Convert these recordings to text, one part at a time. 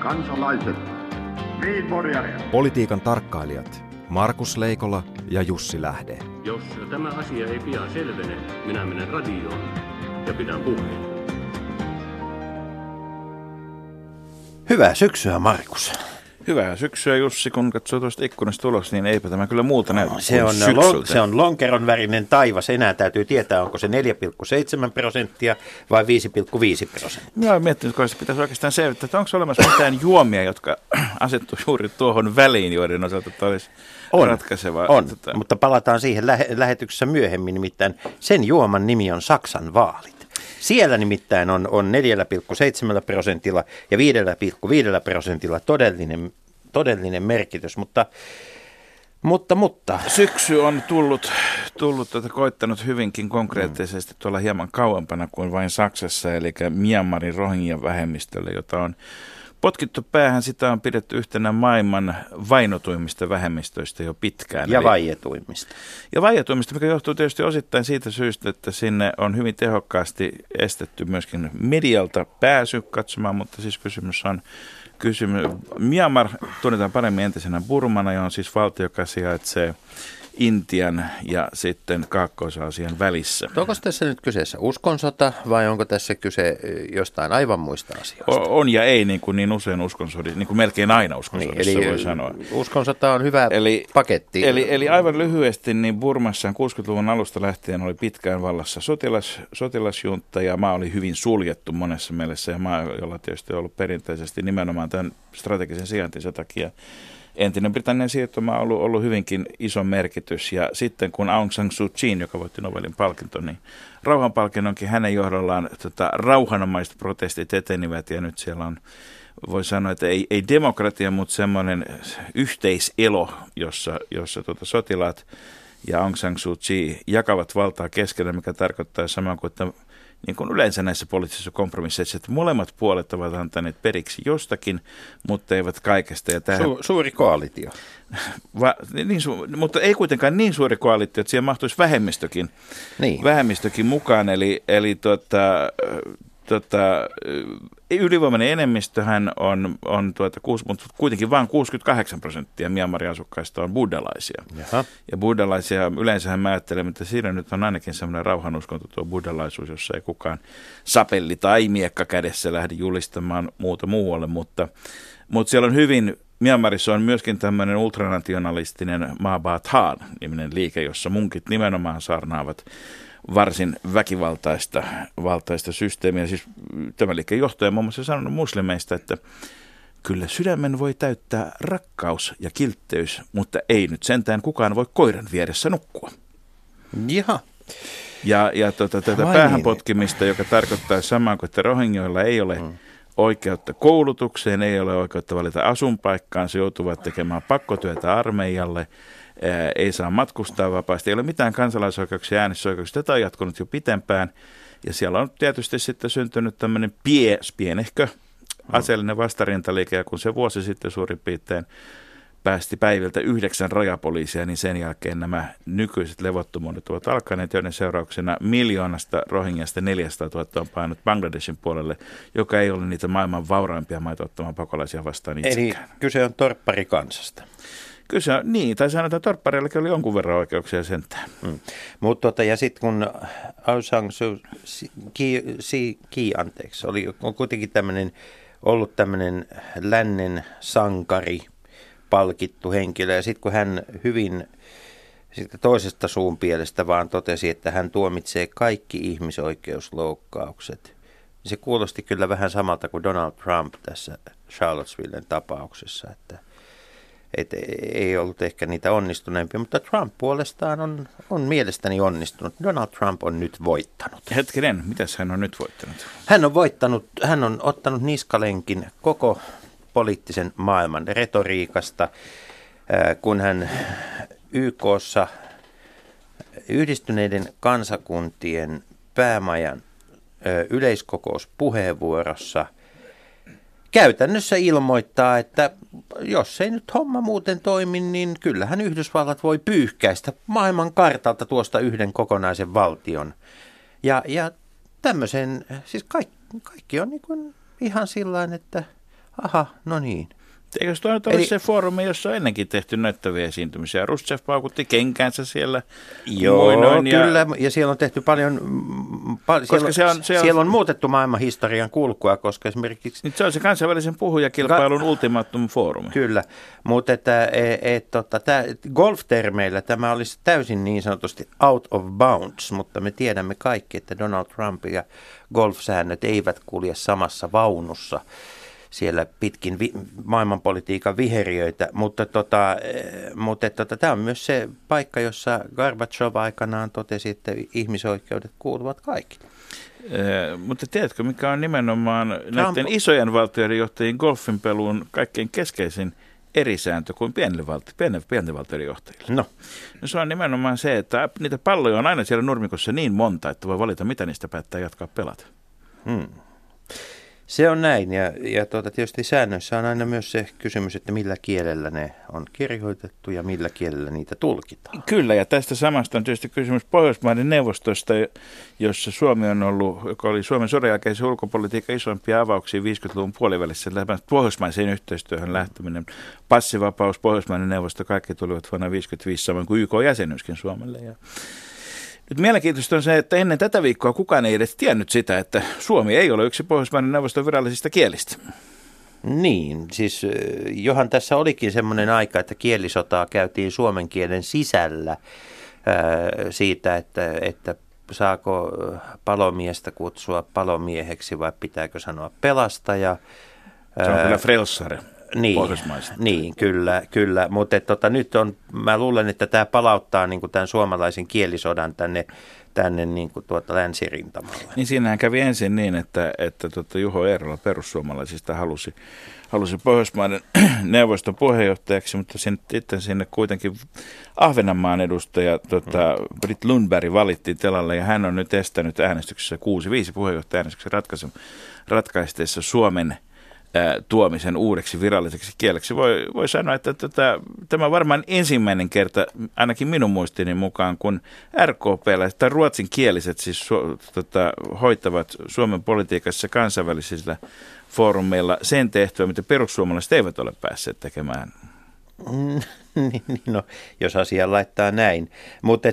kansalaiset, Politiikan tarkkailijat Markus Leikola ja Jussi Lähde. Jos tämä asia ei pian selvene, minä menen radioon ja pidän puheen. Hyvää syksyä, Markus. Hyvää syksyä, Jussi. Kun katsoo tuosta ikkunasta ulos, niin eipä tämä kyllä muuta näytä Se on lonkeron värinen taivas. Enää täytyy tietää, onko se 4,7% vai 5,5%. Minä olen miettinyt, että pitäisi oikeastaan selvittää, että onko olemassa mitään juomia, jotka asettuu juuri tuohon väliin, joiden osalta olisi ratkaisevaa. On, mutta palataan siihen lähetyksessä myöhemmin. Nimittäin sen juoman nimi on Saksan vaalit. Siellä nimittäin on 4,7% ja 5,5% todellinen merkitys, mutta. Syksy on koittanut hyvinkin konkreettisesti tuolla hieman kauempana kuin vain Saksassa, eli Myanmarin Rohingyan vähemmistölle, jota on potkittu päähän. Sitä on pidetty yhtenä maailman vainotuimmista vähemmistöistä jo pitkään. Ja vaietuimmista. Ja vaietuimmista, mikä johtuu tietysti osittain siitä syystä, että sinne on hyvin tehokkaasti estetty myöskin medialta pääsy katsomaan, mutta siis kysymys on Myanmar tunnetaan paremmin entisenä Burmana, ja on siis valtio, joka sijaitsee Intian ja sitten Kaakkois-Aasian välissä. Onko tässä nyt kyseessä uskonsota vai onko tässä kyse jostain aivan muista asioista? On ja ei, niin usein uskonsodissa, niin kuin melkein aina uskonsodissa voi sanoa. Uskonsota on hyvä paketti. Eli aivan lyhyesti, niin Burmassa 60-luvun alusta lähtien oli pitkään vallassa sotilasjuntta, ja maa oli hyvin suljettu monessa mielessä, ja maa, jolla tietysti on ollut perinteisesti nimenomaan tämän strategisen sijaintinsa takia entinen Britannian siirtomaa on ollut hyvinkin iso merkitys, ja sitten kun Aung San Suu Kyi, joka voitti Nobelin palkinton, niin rauhanpalkinnonkin hänen johdollaan rauhanomaiset protestit etenivät, ja nyt siellä on, voi sanoa, että ei demokratia, mutta semmoinen yhteiselo, jossa sotilaat ja Aung San Suu Kyi jakavat valtaa keskenään, mikä tarkoittaa samaa kuin, että niin kuin yleensä näissä poliittisissa kompromisseissa, että molemmat puolet ovat antaneet periksi jostakin, mutta eivät kaikesta. Ja suuri koalitio. Mutta ei kuitenkaan niin suuri koalitio, että siihen mahtuisi vähemmistökin mukaan. Eli ylivoimainen enemmistöhän on mutta kuitenkin vain 68% Myanmarin asukkaista on buddhalaisia. Jaha. Ja buddhalaisia yleensähän mä ajattelen, että siinä nyt on ainakin semmoinen rauhanuskonto tuo buddhalaisuus, jossa ei kukaan sapelli tai miekka kädessä lähde julistamaan muuta muualle, mutta siellä on Myanmarissa on myöskin tämmöinen ultranationalistinen Mahabhathan-niminen liike, jossa munkit nimenomaan saarnaavat varsin väkivaltaista systeemiä. Siis tämä liikkeen johtaja on muun muassa sanonut muslimeista, että kyllä sydämen voi täyttää rakkaus ja kiltteys, mutta ei nyt sentään kukaan voi koiran vieressä nukkua. Jaha. Ja tätä päähänpotkimista, joka tarkoittaa samaa kuin, että rohingyoilla ei ole oikeutta koulutukseen, ei ole oikeutta valita asuinpaikkaan, se joutuvat tekemään pakkotyötä armeijalle, ei saa matkustaa vapaasti, ei ole mitään kansalaisoikeuksia, äänestysoikeuksia. Tätä on jatkunut jo pitempään, ja siellä on tietysti sitten syntynyt tämmöinen pienehkö aseellinen vastarintaliike, ja kun se vuosi sitten suurin piirtein päästi päiviltä 9 rajapoliisia, niin sen jälkeen nämä nykyiset levottomuudet ovat alkaneet, joiden seurauksena 1 miljoonasta rohingyasta 400 000 on painut Bangladeshin puolelle, joka ei ole niitä maailman vauraimpia maita ottamaan pakolaisia vastaan itsekään. Eli kyse on torpparikansasta. Kyllä niin, tai sanotaan, että torppareillakin oli jonkun verran oikeuksia sentään. Mutta ja sitten kun Aung San Suu Kyi, on kuitenkin ollut tämmöinen lännen sankari, palkittu henkilö, ja sitten kun hän hyvin toisesta suunpielestä vaan totesi, että hän tuomitsee kaikki ihmisoikeusloukkaukset, niin se kuulosti kyllä vähän samalta kuin Donald Trump tässä Charlottesvillen tapauksessa, että ei ollut ehkä niitä onnistuneempia, mutta Trump puolestaan on mielestäni onnistunut. Donald Trump on nyt voittanut. Hetkinen, mitäs hän on nyt voittanut? Hän on ottanut niskalenkin koko poliittisen maailman retoriikasta, kun hän YK:ssa Yhdistyneiden kansakuntien päämajan yleiskokouspuheenvuorossa käytännössä ilmoittaa, että jos ei nyt homma muuten toimi, niin kyllähän Yhdysvallat voi pyyhkäistä maailman kartalta tuosta yhden kokonaisen valtion. Ja tämmöisen, siis kaikki on niin kuin ihan sillain, että Aha, no niin. Eikö tuo nyt ole se foorumi, jossa on ennenkin tehty näyttäviä esiintymisiä? Rustsev paukutti kenkäänsä siellä. Joo, kyllä. Ja siellä on tehty paljon, siellä on muutettu maailman historian kulkua, koska esimerkiksi... Nyt se on se kansainvälisen puhujakilpailun ultimaatum foorumi. Kyllä, mutta golf-termeillä tämä olisi täysin niin sanotusti out of bounds, mutta me tiedämme kaikki, että Donald Trump ja golf-säännöt eivät kulje samassa vaunussa siellä pitkin maailmanpolitiikan viheriöitä, mutta tämä on myös se paikka, jossa Gorbachev aikanaan totesi, että ihmisoikeudet kuuluvat kaikille. Mutta tiedätkö, mikä on nimenomaan näiden isojen valtioiden johtajien golfin peluun kaikkein keskeisin eri sääntö kuin pienten valtioiden johtajille? No, se on nimenomaan se, että niitä palloja on aina siellä nurmikossa niin monta, että voi valita, mitä niistä päättää jatkaa pelata. Se on näin, ja tietysti säännöissä on aina myös se kysymys, että millä kielellä ne on kirjoitettu ja millä kielellä niitä tulkitaan. Kyllä, ja tästä samasta on tietysti kysymys Pohjoismaiden neuvostosta, jossa Suomi on ollut, joka oli Suomen sodan jälkeisen ulkopolitiikan isompia avauksia 50-luvun puolivälissä, pohjoismaiseen yhteistyöhön lähteminen, passivapaus, Pohjoismaiden neuvosto, kaikki tulivat vuonna 1955, samoin kuin YK-jäsenyyskin Suomelle. Ja nyt mielenkiintoista on se, että ennen tätä viikkoa kukaan ei edes tiennyt sitä, että suomi ei ole yksi Pohjoismaiden neuvoston virallisista kielistä. Niin, siis johan tässä olikin semmoinen aika, että kielisotaa käytiin suomen kielen sisällä siitä, että saako palomiestä kutsua palomieheksi vai pitääkö sanoa pelastaja. Se on kyllä frelsare. Niin, kyllä. Mutta nyt mä luulen, että tämä palauttaa niin kuin tämän suomalaisen kielisodan tänne niin kuin länsirintamalle. Niin siinähän kävi ensin niin, että Juho Eerola perussuomalaisista halusi Pohjoismaiden neuvoston puheenjohtajaksi, mutta sitten sinne kuitenkin Ahvenanmaan edustaja Britt Lundberg valittiin telalle, ja hän on nyt estänyt äänestyksessä 6-5 puheenjohtaja-äänestyksen ratkaisteessa Suomen tuomisen uudeksi viralliseksi kieleksi. Voi sanoa, että tämä on varmaan ensimmäinen kerta, ainakin minun muistini mukaan, kun RKP:llä tai ruotsinkieliset siis hoitavat Suomen politiikassa kansainvälisillä foorumeilla sen tehtävä, mitä perussuomalaiset eivät ole päässeet tekemään. No, jos asia laittaa näin. Mutta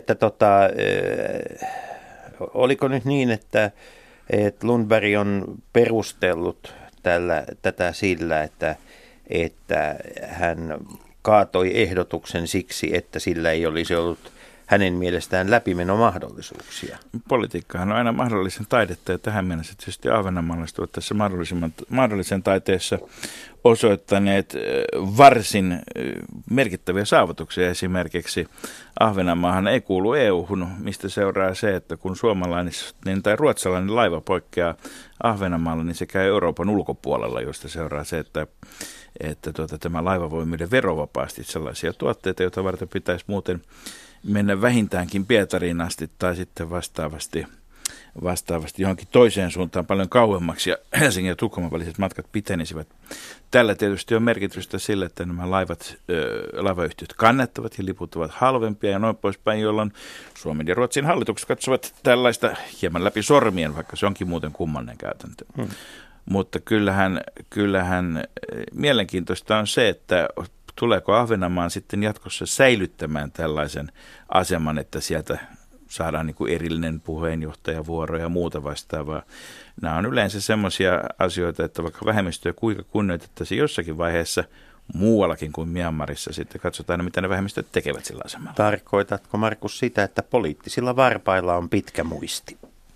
oliko nyt niin, että Lundberg on perustellut tätä sillä, että hän kaatoi ehdotuksen siksi, että sillä ei olisi ollut hänen mielestään läpimenomahdollisuuksia. Politiikkahan on aina mahdollisen taidetta, ja tähän mennessä tietysti ahvenanmaalaiset ovat tässä mahdollisen taiteessa osoittaneet varsin merkittäviä saavutuksia. Esimerkiksi Ahvenanmaahan ei kuulu EU-hun, mistä seuraa se, että kun suomalainen tai ruotsalainen laiva poikkeaa Ahvenanmaalla, niin se käy Euroopan ulkopuolella, josta seuraa se, että tämä laiva voi myydä verovapaasti sellaisia tuotteita, joita varten pitäisi muuten mennä vähintäänkin Pietariin asti tai sitten vastaavasti johonkin toiseen suuntaan paljon kauemmaksi, ja Helsingin ja Tukholman väliset matkat pitenisivät. Tällä tietysti on merkitystä sille, että nämä laivayhtiöt kannattavat ja liput ovat halvempia ja noin poispäin, jolloin Suomen ja Ruotsin hallitukset katsovat tällaista hieman läpi sormien, vaikka se onkin muuten kummallinen käytäntö. Mutta kyllähän mielenkiintoista on se, että tuleeko Ahvenanmaan sitten jatkossa säilyttämään tällaisen aseman, että sieltä saadaan niin kuin erillinen puheenjohtajavuoro ja muuta vastaavaa. Nämä on yleensä semmoisia asioita, että vaikka vähemmistöä kuinka kunnioitettaisiin jossakin vaiheessa muuallakin kuin Myanmarissa, sitten katsotaan, mitä ne vähemmistöt tekevät sillä asemalla. Tarkoitatko, Markus, sitä, että poliittisilla varpailla on pitkä muisti?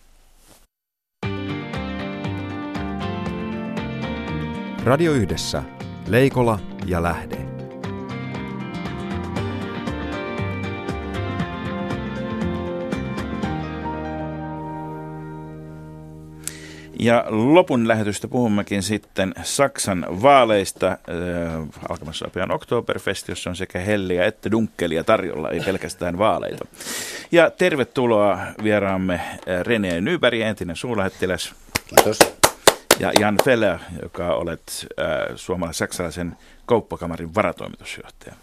Radio Yhdessä. Leikola ja Lähde. Ja lopun lähetystä puhummekin sitten Saksan vaaleista, alkamassa pian Oktoberfest, jossa on sekä helliä että dunkkelia tarjolla, ei pelkästään vaaleita. Ja tervetuloa vieraamme René Nyberg, entinen suurlähettiläs. Kiitos. Ja Jan Feller, joka olet suomalais-saksalaisen kauppakamarin varatoimitusjohtaja.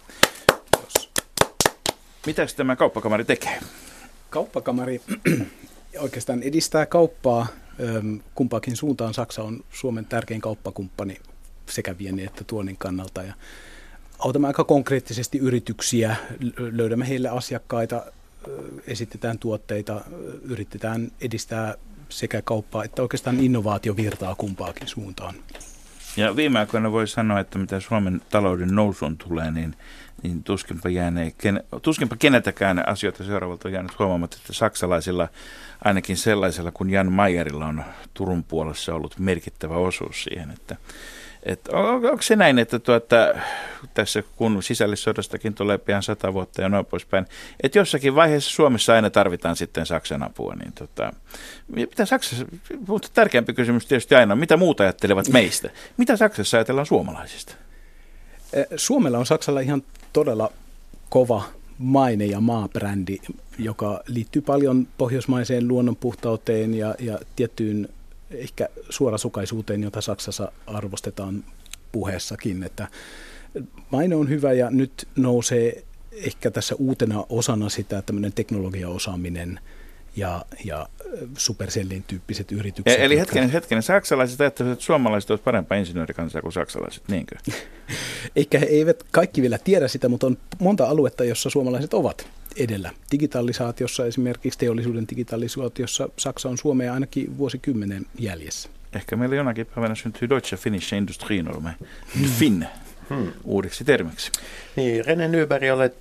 Mitäs tämä kauppakamari tekee? Kauppakamari oikeastaan edistää kauppaa kumpaakin suuntaan. Saksa on Suomen tärkein kauppakumppani sekä viennin että tuonnin kannalta. Ja autamme aika konkreettisesti yrityksiä, löydämme heille asiakkaita, esitetään tuotteita, yritetään edistää sekä kauppaa että oikeastaan innovaatiovirtaa kumpaakin suuntaan. Ja viime aikoina voi sanoa, että mitä Suomen talouden nousuun tulee, niin tuskinpa keneltäkään asioita seuraavalta on jäänyt huomaamatta, että saksalaisilla, ainakin sellaisella kuin Jan Mayerilla, on Turun puolessa ollut merkittävä osuus siihen, että onko se näin, että tässä kun sisällissodastakin tulee pian 100 vuotta ja noin poispäin, että jossakin vaiheessa Suomessa aina tarvitaan sitten Saksan apua, niin mitä Saksassa, mutta tärkeämpi kysymys tietysti aina, mitä muuta ajattelevat meistä? Mitä Saksassa ajatellaan suomalaisista? Suomella on Saksalla ihan todella kova maine ja maabrändi, joka liittyy paljon pohjoismaiseen luonnon puhtauteen ja tiettyyn ehkä suorasukaisuuteen, jota Saksassa arvostetaan puheessakin. Että maine on hyvä ja nyt nousee ehkä tässä uutena osana sitä tämmöinen teknologiaosaaminen ja Supercellin tyyppiset yritykset. Eli hetkinen, saksalaiset ajattelevat, että suomalaiset ovat parempaa insinöörikansaa kuin saksalaiset, niinkö? Eikä he eivät kaikki vielä tiedä sitä, mutta on monta aluetta, jossa suomalaiset ovat edellä. Digitalisaatiossa, esimerkiksi teollisuuden digitalisaatiossa, Saksa on Suomea ainakin vuosikymmenen jäljessä. Ehkä meillä jonakin päivänä syntyy Deutsche Finnische Industrienorme, Finn, uudeksi termiksi. Niin, René Nyberg, olet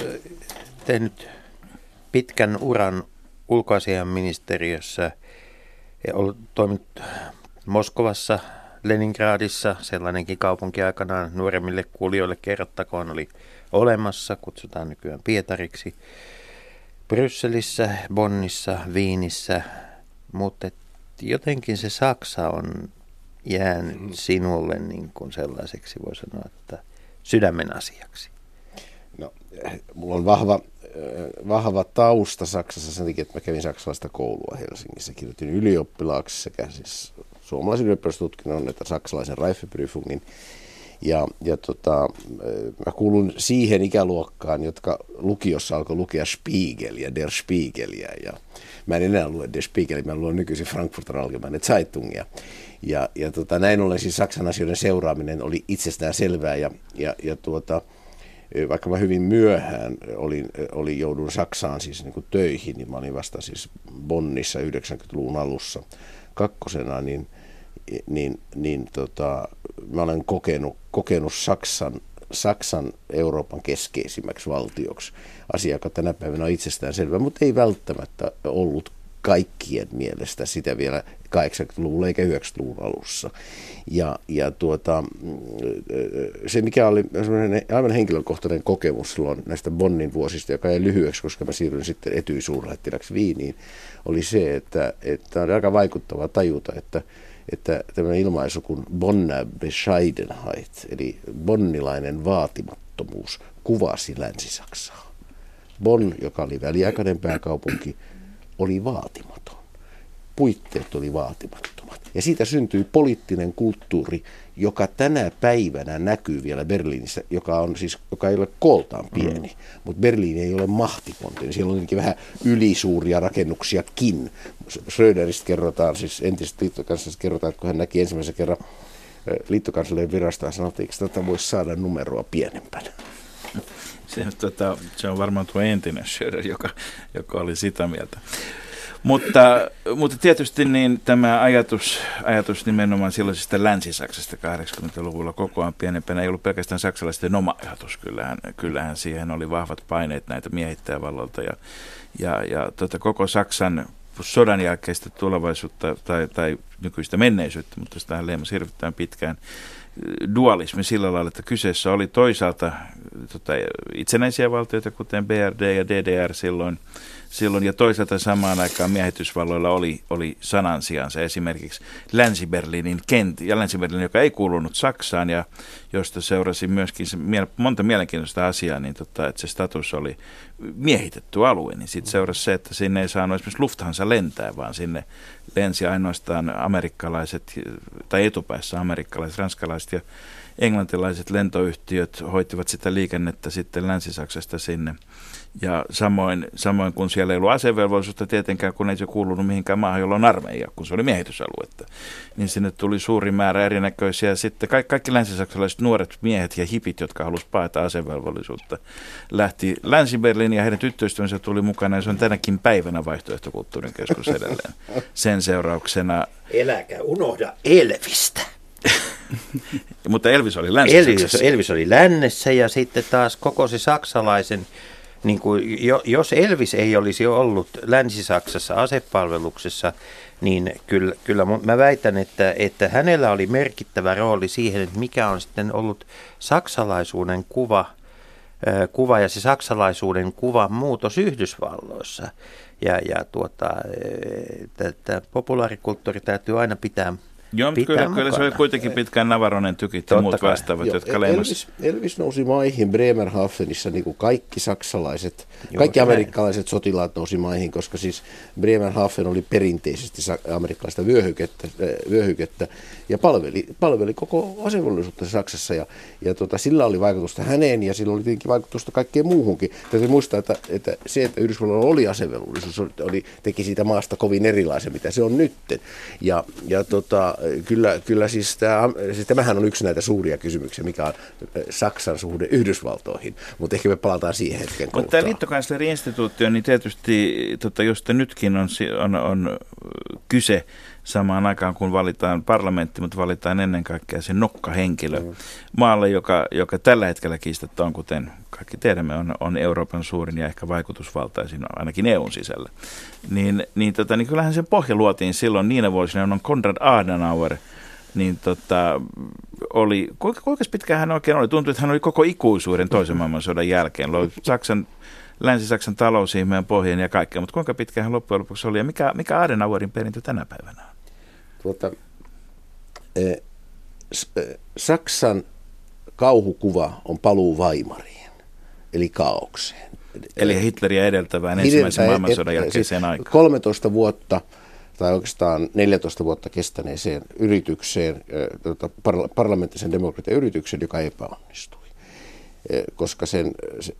tehnyt pitkän uran ulkoasiainministeriössä ja toiminut Moskovassa, Leningradissa, sellainenkin kaupunki aikanaan nuoremmille kuulijoille kerrottakoon oli olemassa, kutsutaan nykyään Pietariksi, Brysselissä, Bonnissa, Viinissä, mutta jotenkin se Saksa on jäänyt sinulle niin kuin sellaiseksi, voi sanoa, että sydämen asiaksi. No, mulla on vahva tausta Saksassa sen takia, että mä kävin saksalaista koulua Helsingissä. Kirjoitin ylioppilaaksi sekä siis suomalaisen ylioppilastutkinnon että saksalaisen Reifeprüfungin. Mä kuulun siihen ikäluokkaan, jotka lukiossa alkoi lukea Spiegelia, Der Spiegelia. Ja mä en enää lue Der Spiegelia, mä luen nykyisin Frankfurter Allgemeine Zeitungia. Näin ollen siis Saksan asioiden seuraaminen oli itsestään selvää vaikka mä hyvin myöhään joudun Saksaan siis niin kuin töihin, niin mä olin vasta siis Bonnissa 90-luvun alussa kakkosena, mä olen kokenut Saksan Euroopan keskeisimmäksi valtioksi. Asia, joka tänä päivänä on itsestään selvä, mutta ei välttämättä ollut kaikkien mielestä sitä vielä 80-luvulla eikä 90-luvun alussa. Se mikä oli aivan henkilökohtainen kokemus silloin näistä Bonnin vuosista, joka jäi lyhyeksi, koska mä siirryin sitten Etyj-suurlähettiläksi Viiniin, oli se, että on aika vaikuttavaa tajuta, että tämmöinen ilmaisu kuin Bonner Bescheidenheit, eli bonnilainen vaatimattomuus, kuvasi Länsi-Saksaa. Bonn, joka oli väliaikainen pääkaupunki, oli vaatimaton. Puitteet oli vaatimattomat. Ja siitä syntyi poliittinen kulttuuri, joka tänä päivänä näkyy vielä Berliinissä, joka ei ole kooltaan pieni, mutta Berliini ei ole mahtipontinen. Siellä on jotenkin vähän ylisuuria rakennuksiakin. Schröderistä kerrotaan, siis entisestä liittokanslerista kerrotaan, että kun hän näki ensimmäisen kerran liittokanslerin virastoa, sanottiin, että tätä voisi saada numeroa pienempänä. Se on varmaan tuo entinen Schröder, joka oli sitä mieltä. Mutta tietysti niin tämä ajatus nimenomaan silloisesta Länsi-Saksasta 80-luvulla koko ajan pienempänä ei ollut pelkästään saksalaisten oma ajatus. Kyllähän siihen oli vahvat paineet näitä miehittäjävalloilta ja koko Saksan sodan jälkeistä tulevaisuutta tai nykyistä menneisyyttä, mutta sitä leimasi hirvittävän pitkään dualismi sillä lailla, että kyseessä oli toisaalta itsenäisiä valtioita, kuten BRD ja DDR silloin ja toisaalta samaan aikaan miehitysvalloilla oli sanansijansa esimerkiksi Länsi-Berliinin ja Länsi-Berliin, joka ei kuulunut Saksaan ja josta seurasi myöskin monta mielenkiintoista asiaa, niin että se status oli miehitetty alue, niin sitten seurasi se, että sinne ei saanut esimerkiksi Lufthansa lentää, vaan sinne lensi ainoastaan amerikkalaiset tai etupäässä amerikkalaiset, ranskalaiset ja englantilaiset lentoyhtiöt hoitivat sitä liikennettä sitten Länsi-Saksasta sinne. Ja samoin kun siellä ei ollut asevelvollisuutta tietenkään, kun ei se kuulunut mihinkään maahan, jolla on armeija, kun se oli miehitysaluetta. Niin sinne tuli suuri määrä erinäköisiä. Sitten kaikki länsisaksalaiset nuoret miehet ja hipit, jotka halusivat paeta asevelvollisuutta, lähti Länsi-Berliiniin ja heidän tyttöystävänsä tuli mukana. Ja se on tänäkin päivänä vaihtoehtokulttuurin keskus edelleen. Sen seurauksena... Eläkä unohda Elvistä. Mutta Elvis oli Länsi-Saksassa. Elvis oli lännessä ja sitten taas koko se saksalaisen, niin kuin, jos Elvis ei olisi ollut Länsi-Saksassa asepalveluksessa, niin kyllä mä väitän, että hänellä oli merkittävä rooli siihen, että mikä on sitten ollut saksalaisuuden kuva ja se saksalaisuuden kuvan muutos Yhdysvalloissa. Ja populaarikulttuuri täytyy aina pitää. Joo, kyllä se oli kuitenkin pitkään Navaronen tykit ja muut vastaavat, jotka leimasivat. Elvis nousi maihin Bremerhavenissa, niin kuin kaikki saksalaiset, kaikki amerikkalaiset sotilaat nousi maihin, koska siis Bremerhaven oli perinteisesti amerikkalaista vyöhykettä ja palveli koko asevelvollisuutta Saksassa. Ja sillä oli vaikutusta häneen ja sillä oli tietenkin vaikutusta kaikkeen muuhunkin. Täytyy muistaa, että se, että Yhdysvalloilla oli asevelvollisuus, teki siitä maasta kovin erilaisen, mitä se on nytten. Kyllä siis tämähän on yksi näitä suuria kysymyksiä, mikä on Saksan suhde Yhdysvaltoihin, mutta ehkä me palataan siihen hetken kuluttua. Mutta tämä liittokansleri-instituutio, niin tietysti, josta nytkin on kyse samaan aikaan, kun valitaan parlamentti, mutta valitaan ennen kaikkea se nokkahenkilö maalle, joka tällä hetkellä kiistatta on, kuten kaikki tiedämme, on Euroopan suurin ja ehkä vaikutusvaltaisin, ainakin EUn sisällä. Niin kyllähän sen pohja luotiin silloin niinä vuosina, on Konrad Adenauer, niin oli, kuinka pitkään hän oikein oli? Tuntui, että hän oli koko ikuisuuden toisen maailmansodan jälkeen. Loi Länsi-Saksan talousihmeen pohjan ja kaikkea, mutta kuinka pitkään hän loppujen lopuksi oli ja mikä Adenauerin perintö tänä päivänä on? Saksan kauhukuva on paluu Weimariin, eli kaaukseen. Eli Hitleriä edeltävään ensimmäisen maailmansodan jälkeiseen aikaan. 13 vuotta tai oikeastaan 14 vuotta kestäneeseen yritykseen, parlamenttisen demokratian yritykseen, joka epäonnistui. Koska sen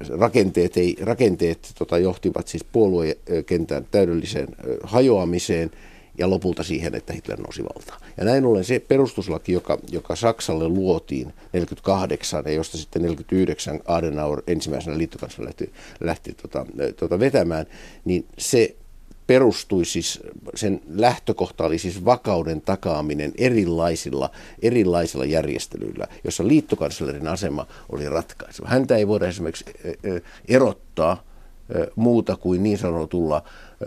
rakenteet johtivat siis puoluekentän täydelliseen hajoamiseen ja lopulta siihen, että Hitler nousi valtaan. Ja näin ollen se perustuslaki, joka Saksalle luotiin 1948 ja josta sitten 1949 Adenauer ensimmäisenä liittokanslerina lähti vetämään, niin se perustui siis, sen lähtökohta oli siis vakauden takaaminen erilaisilla järjestelyillä, jossa liittokanslerin asema oli ratkaiseva. Häntä ei voida esimerkiksi erottaa muuta kuin niin sanotulla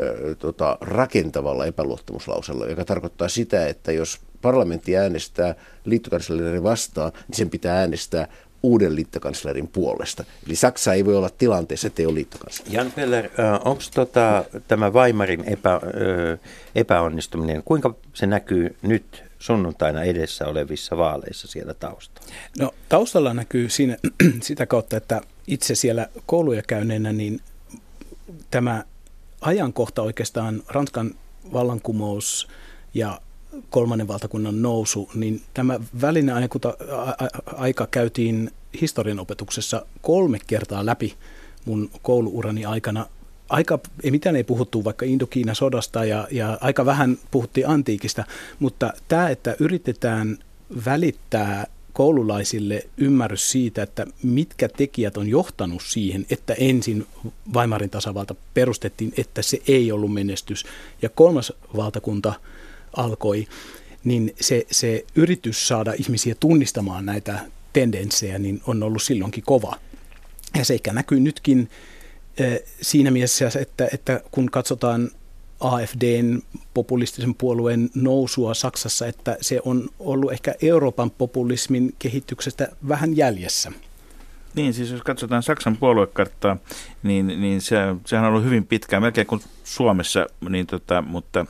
rakentavalla epäluottamuslausella, joka tarkoittaa sitä, että jos parlamentti äänestää liittokanslerin vastaan, niin sen pitää äänestää uuden liittokanslerin puolesta. Eli Saksa ei voi olla tilanteessa, ettei ole liittokansleri. Jan Peller, onko tämä Weimarin epäonnistuminen, kuinka se näkyy nyt sunnuntaina edessä olevissa vaaleissa siellä taustalla? No taustalla näkyy siinä sitä kautta, että itse siellä kouluja käyneenä, niin tämä ajankohta oikeastaan Ranskan vallankumous ja kolmannen valtakunnan nousu, niin tämä välinen aika käytiin historianopetuksessa 3 kertaa läpi mun kouluurani aikana. Mitään ei puhuttu vaikka Indokiinan sodasta ja aika vähän puhuttiin antiikista, mutta tämä, että yritetään välittää koululaisille ymmärrys siitä, että mitkä tekijät on johtanut siihen, että ensin Weimarin tasavalta perustettiin, että se ei ollut menestys ja kolmas valtakunta alkoi, niin se yritys saada ihmisiä tunnistamaan näitä tendenssejä niin on ollut silloinkin kova. Ja se ehkä näkyy nytkin siinä mielessä, että kun katsotaan AfDn populistisen puolueen nousua Saksassa, että se on ollut ehkä Euroopan populismin kehityksestä vähän jäljessä. Niin, siis jos katsotaan Saksan puoluekarttaa, niin sehän on ollut hyvin pitkään, melkein kuin Suomessa, niin mutta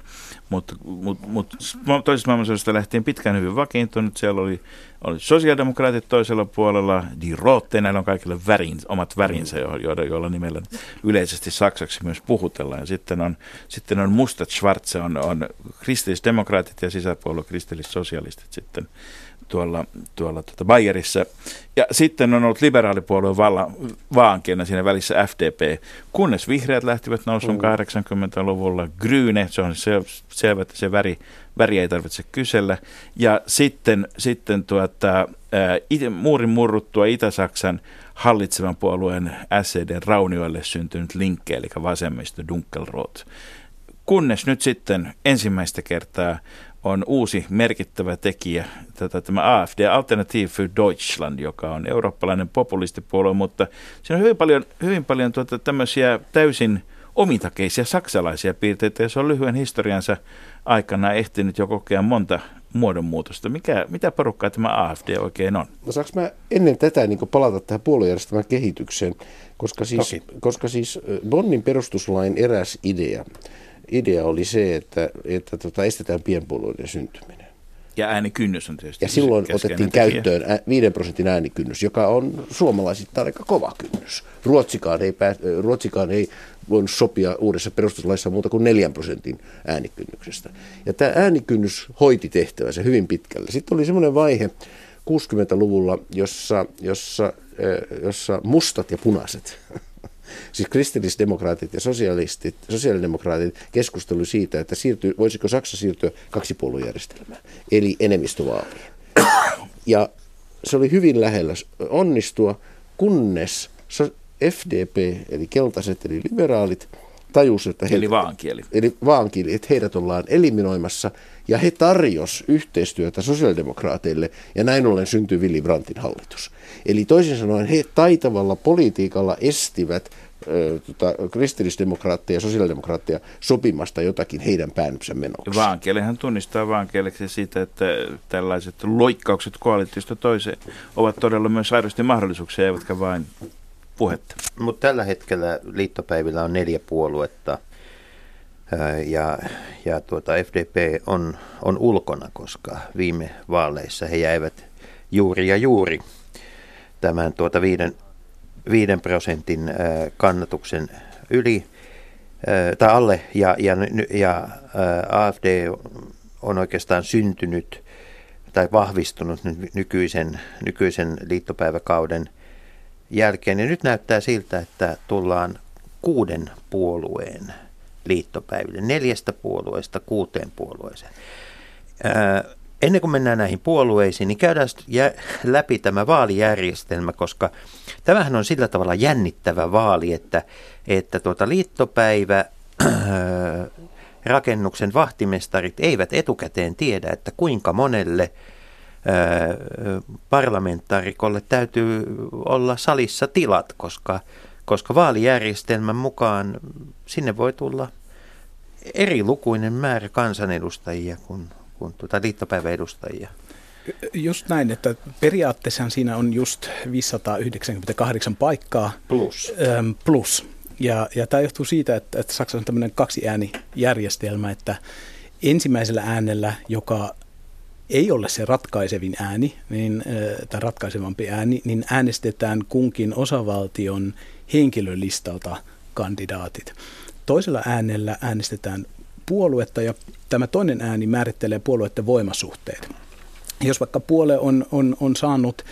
toisesta maailmansodasta lähtien pitkään hyvin vakiintunut. Siellä oli sosiaalidemokraatit toisella puolella, Die Rote, näillä on kaikille omat värinsä, joilla nimellä yleisesti saksaksi myös puhutellaan. Ja sitten on Mustat Schwarze, on kristillisdemokraatit ja sisäpuolue kristillissosialistit sitten tuolla Bayerissa. Ja sitten on ollut liberaalipuolueen vaankena siinä välissä FDP, kunnes vihreät lähtivät nousuun 80-luvulla. Grüne, se on selvä, että se väri ei tarvitse kysellä. Ja sitten muurin murruttua Itä-Saksan hallitsevan puolueen SED:n raunioille syntynyt Linke, eli vasemmisto Dunkelrot. Kunnes nyt sitten ensimmäistä kertaa on uusi merkittävä tekijä, tämä AfD, Alternative für Deutschland, joka on eurooppalainen populistipuolue, mutta siinä on hyvin paljon tämmöisiä täysin omitakeisia saksalaisia piirteitä, ja se on lyhyen historiansa aikana ehtinyt jo kokea monta muodonmuutosta. Mitä porukkaa tämä AfD oikein on? No saanko mä ennen tätä niin palata tähän puoluejärjestelmän kehitykseen, koska siis Bonnin perustuslain eräs idea oli se, että estetään pienpuolueiden syntyminen. Ja äänikynnys on tietysti. Ja silloin otettiin käyttöön 5% äänikynnys, joka on suomalaisittain aika kova kynnys. Ruotsikaan ei voinut sopia uudessa perustuslaissa muuta kuin 4% äänikynnyksestä. Ja tämä äänikynnys hoiti tehtävänsä hyvin pitkälle. Sitten oli semmoinen vaihe 60-luvulla, jossa mustat ja punaiset, siis kristillisdemokraatit ja sosiaalidemokraatit keskustelu siitä, että voisiko Saksa siirtyä kaksipuoluejärjestelmään, eli enemmistövaaliin. Ja se oli hyvin lähellä onnistua, kunnes FDP, eli keltaiset, eli liberaalit, tajusivat, että vaankieli, että heidät ollaan eliminoimassa, ja he tarjosivat yhteistyötä sosiaalidemokraateille, ja näin ollen syntyi Willy Brandtin hallitus. Eli toisin sanoen he taitavalla politiikalla estivät kristillisdemokraatteja ja sosiaalidemokraatteja sopimasta jotakin heidän päänsä menoksi. Vaankielihän tunnistaa vaankieleksi siitä, että tällaiset loikkaukset koalitiosta toiseen ovat todella myös aidosti mahdollisuuksia, eivätkä vain puhetta. Mutta tällä hetkellä liittopäivillä on 4 puoluetta ja FDP on ulkona, koska viime vaaleissa he jäivät juuri tämän 5% kannatuksen yli tai alle ja AfD on oikeastaan syntynyt tai vahvistunut nykyisen liittopäiväkauden jälkeen. Ja nyt näyttää siltä, että tullaan 6 puolueen liittopäiville, 4 puolueesta 6 puolueeseen. Ennen kuin mennään näihin puolueisiin, niin käydään läpi tämä vaalijärjestelmä, koska tämähän on sillä tavalla jännittävä vaali, että liittopäivä rakennuksen vahtimestarit eivät etukäteen tiedä, että kuinka monelle parlamentaarikolle täytyy olla salissa tilat, koska vaalijärjestelmän mukaan sinne voi tulla erilukuinen määrä kansanedustajia kuin liittopäiväedustajia. Just näin, että periaatteessa siinä on just 598 paikkaa plus. Ja tämä johtuu siitä, että Saksassa on tämmöinen 2-äänijärjestelmä, että ensimmäisellä äänellä, joka ei ole se ratkaisevin ääni, tai ratkaisevampi ääni, niin äänestetään kunkin osavaltion henkilölistalta kandidaatit. Toisella äänellä äänestetään puoluetta, ja tämä toinen ääni määrittelee puolueiden voimasuhteet. Jos vaikka puolue on saanut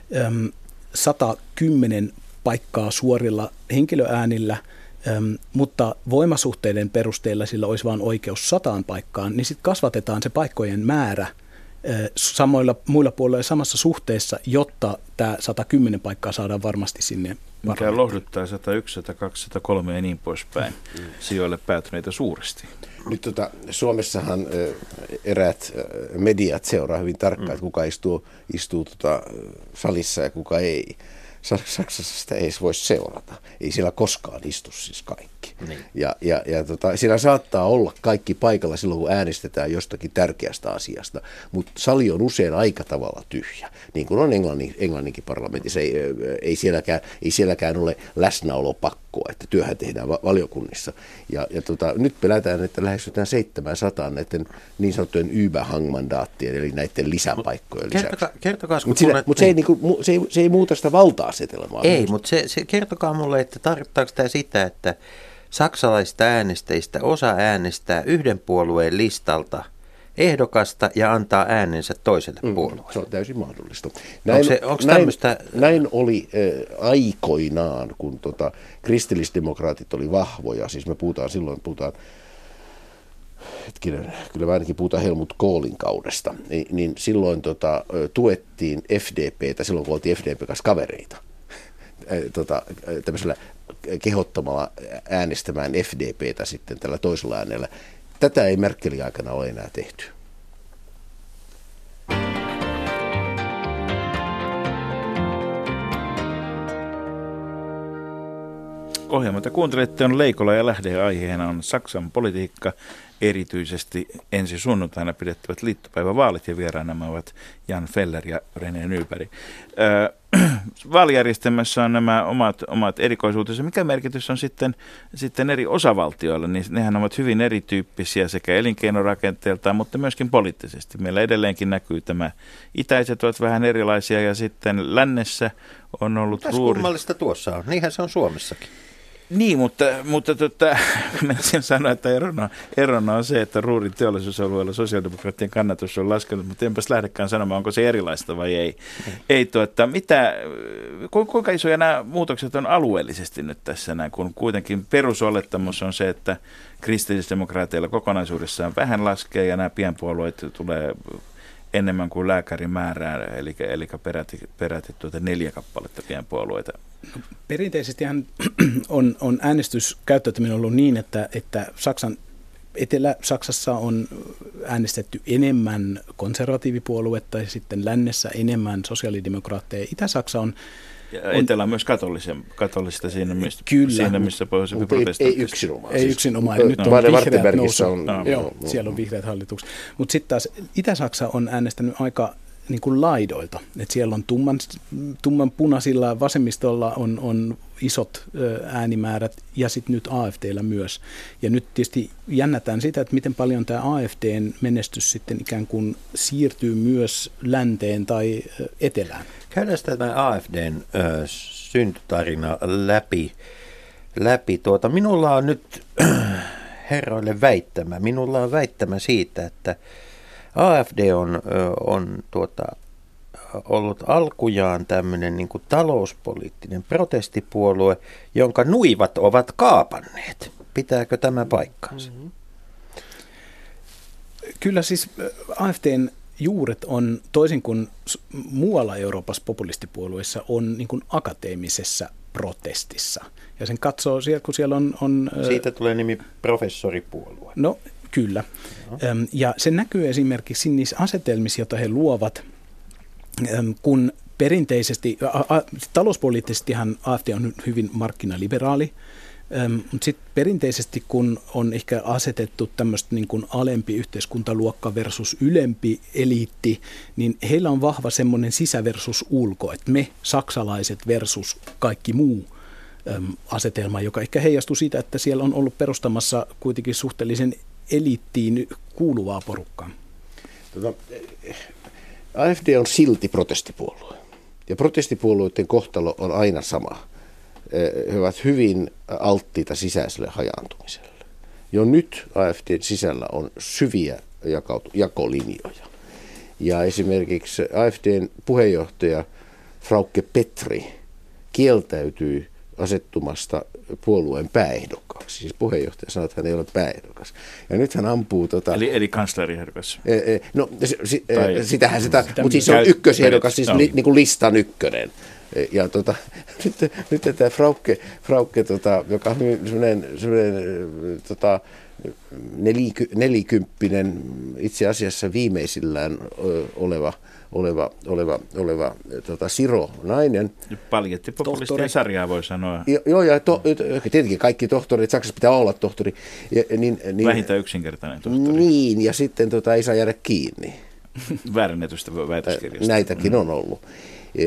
110 paikkaa suorilla henkilöäänillä, mutta voimasuhteiden perusteella sillä olisi vain oikeus 100 paikkaan, niin sitten kasvatetaan se paikkojen määrä muilla puolueilla samassa suhteessa, jotta tämä 110 paikkaa saadaan varmasti sinne. Mikä lohduttaa 101, 102, 103 ja niin poispäin sijoille päätyneitä suuresti. Nyt Suomessahan eräät mediat seuraa hyvin tarkkaan, että kuka istuu salissa ja kuka ei. Saksassa sitä ei voi seurata. Ei siellä koskaan istu siis kaikki. Niin. Ja siellä saattaa olla kaikki paikalla silloin, kun äänestetään jostakin tärkeästä asiasta, mutta sali on usein aika tavalla tyhjä, niin kuin on Englanninkin parlamentissa. Ei sielläkään ole läsnäolopakkoa, että työhän tehdään valiokunnissa. Ja nyt pelätään, että lähestytään 700 näiden niin sanottujen Überhang-mandaattien, eli näiden lisäpaikkojen lisäksi. Mutta se ei muuta sitä valta-asetelmaa. Ei, mutta se kertokaa mulle, että tarkoittaako tämä sitä, että saksalaisista äänestäjistä osa äänestää yhden puolueen listalta ehdokasta ja antaa äänensä toiselle puolueelle. Se on täysin mahdollista. Näin oli aikoinaan, kun kristillisdemokraatit oli vahvoja, siis me puhutaan, kyllä me ainakin puhutaan Helmut Kohlin kaudesta, niin silloin tuettiin FDPtä, silloin kun oltiin FDP kanssa kavereita, tämmöisellä kehottamalla äänestämään FDPtä sitten tällä toisella äänellä. Tätä ei Merkelin aikana ole enää tehty. Ohjelmata kuuntelette on Leikola ja Lähde, aiheena on Saksan politiikka, erityisesti ensi sunnuntaina pidettävät liittopäivävaalit ja vieraanamme ovat Jan Feller ja René Nyberg. Vaalijärjestelmässä on nämä omat erikoisuutensa. Mikä merkitys on sitten eri osavaltioilla? Niin nehän ovat hyvin erityyppisiä sekä elinkeinorakenteeltaan, mutta myöskin poliittisesti. Meillä edelleenkin näkyy tämä itäiset ovat vähän erilaisia ja sitten lännessä on ollut ruuri. Kummallista tuossa on? Niinhän se on Suomessakin. Niin, mutta menisin sanoa, että erona on se, että Ruurin teollisuusalueella sosiaalidemokraattien kannatus on laskenut, mutta enpäs lähdekään sanomaan, onko se erilaista vai ei. Kuinka isoja nämä muutokset on alueellisesti nyt tässä näin, kun kuitenkin perusolettamus on se, että kristillisdemokraateilla kokonaisuudessaan vähän laskee ja nämä pienpuolueet tulee enemmän kuin lääkärin määrää, eli peräti 4 kappaletta pienpuolueita. Perinteisestihän on äänestyskäyttäytyminen ollut niin, että Etelä-Saksassa on äänestetty enemmän konservatiivipuoluetta ja sitten lännessä enemmän sosiaalidemokraatteja. Itä-Saksa on... Etelä on myös katolista siinä, missä pohjoisempi protestanttista. Ei yksinomaan. Nyt on vihreät nousu. Siellä on vihreät hallitukset. Mutta sitten taas Itä-Saksa on äänestänyt aika niin kuin laidoilta. Et siellä on tumman punaisilla, vasemmistolla on isot äänimäärät ja sitten nyt AFD:llä myös. Ja nyt tietysti jännätään sitä, että miten paljon tämä AFD:n menestys sitten ikään kuin siirtyy myös länteen tai etelään. Käydään tämä AFD:n syntytarina läpi. Minulla on nyt herroille väittämä. Minulla on väittämä siitä, että AFD on ollut alkujaan tämmöinen niin kuin talouspoliittinen protestipuolue, jonka nuivat ovat kaapanneet. Pitääkö tämä paikkaansa? Mm-hmm. Kyllä siis AFD:n juuret on, toisin kuin muualla Euroopassa populistipuolueissa, on niin kuin akateemisessa protestissa. Ja sen katsoo siellä, kun siellä on siitä tulee nimi professoripuolue. No kyllä. Ja se näkyy esimerkiksi niissä asetelmissa, joita he luovat, kun perinteisesti, talouspoliittisestihan AFD on hyvin markkinaliberaali, mutta sitten perinteisesti, kun on ehkä asetettu tämmöistä niin kuin alempi yhteiskuntaluokka versus ylempi eliitti, niin heillä on vahva semmoinen sisä versus ulko, että me saksalaiset versus kaikki muu asetelma, joka ehkä heijastuu siitä, että siellä on ollut perustamassa kuitenkin suhteellisen eliittiin kuuluvaa porukkaa. AFD on silti protestipuolue. Ja protestipuolueiden kohtalo on aina sama. He ovat hyvin alttiita sisäiselle hajaantumiselle. Jo nyt AFD:n sisällä on syviä jakolinjoja. Ja esimerkiksi AFD:n puheenjohtaja Frauke Petri kieltäytyi asettumasta puolueen pääehdokkaaksi. Siis puheenjohtaja sanoi, että hän ei ole pääehdokas. Ja nyt hän ampuu... Eli kansleriehdokas. No, sitähän sitä... Mutta siis se on ykkösehdokas, siis niin kuin listan ykkönen. Ja nyt tämä Frauke joka on semmoinen nelikymppinen, itse asiassa viimeisillään oleva Siro-nainen. Paljettipopulistien sarjaa voi sanoa. Joo, ja tietenkin kaikki tohtorit, Saksassa pitää olla tohtori. Vähintään yksinkertainen tohtori. Niin, ja sitten ei saa jäädä kiinni. Väärennetystä väitöskirjasta. Näitäkin on ollut.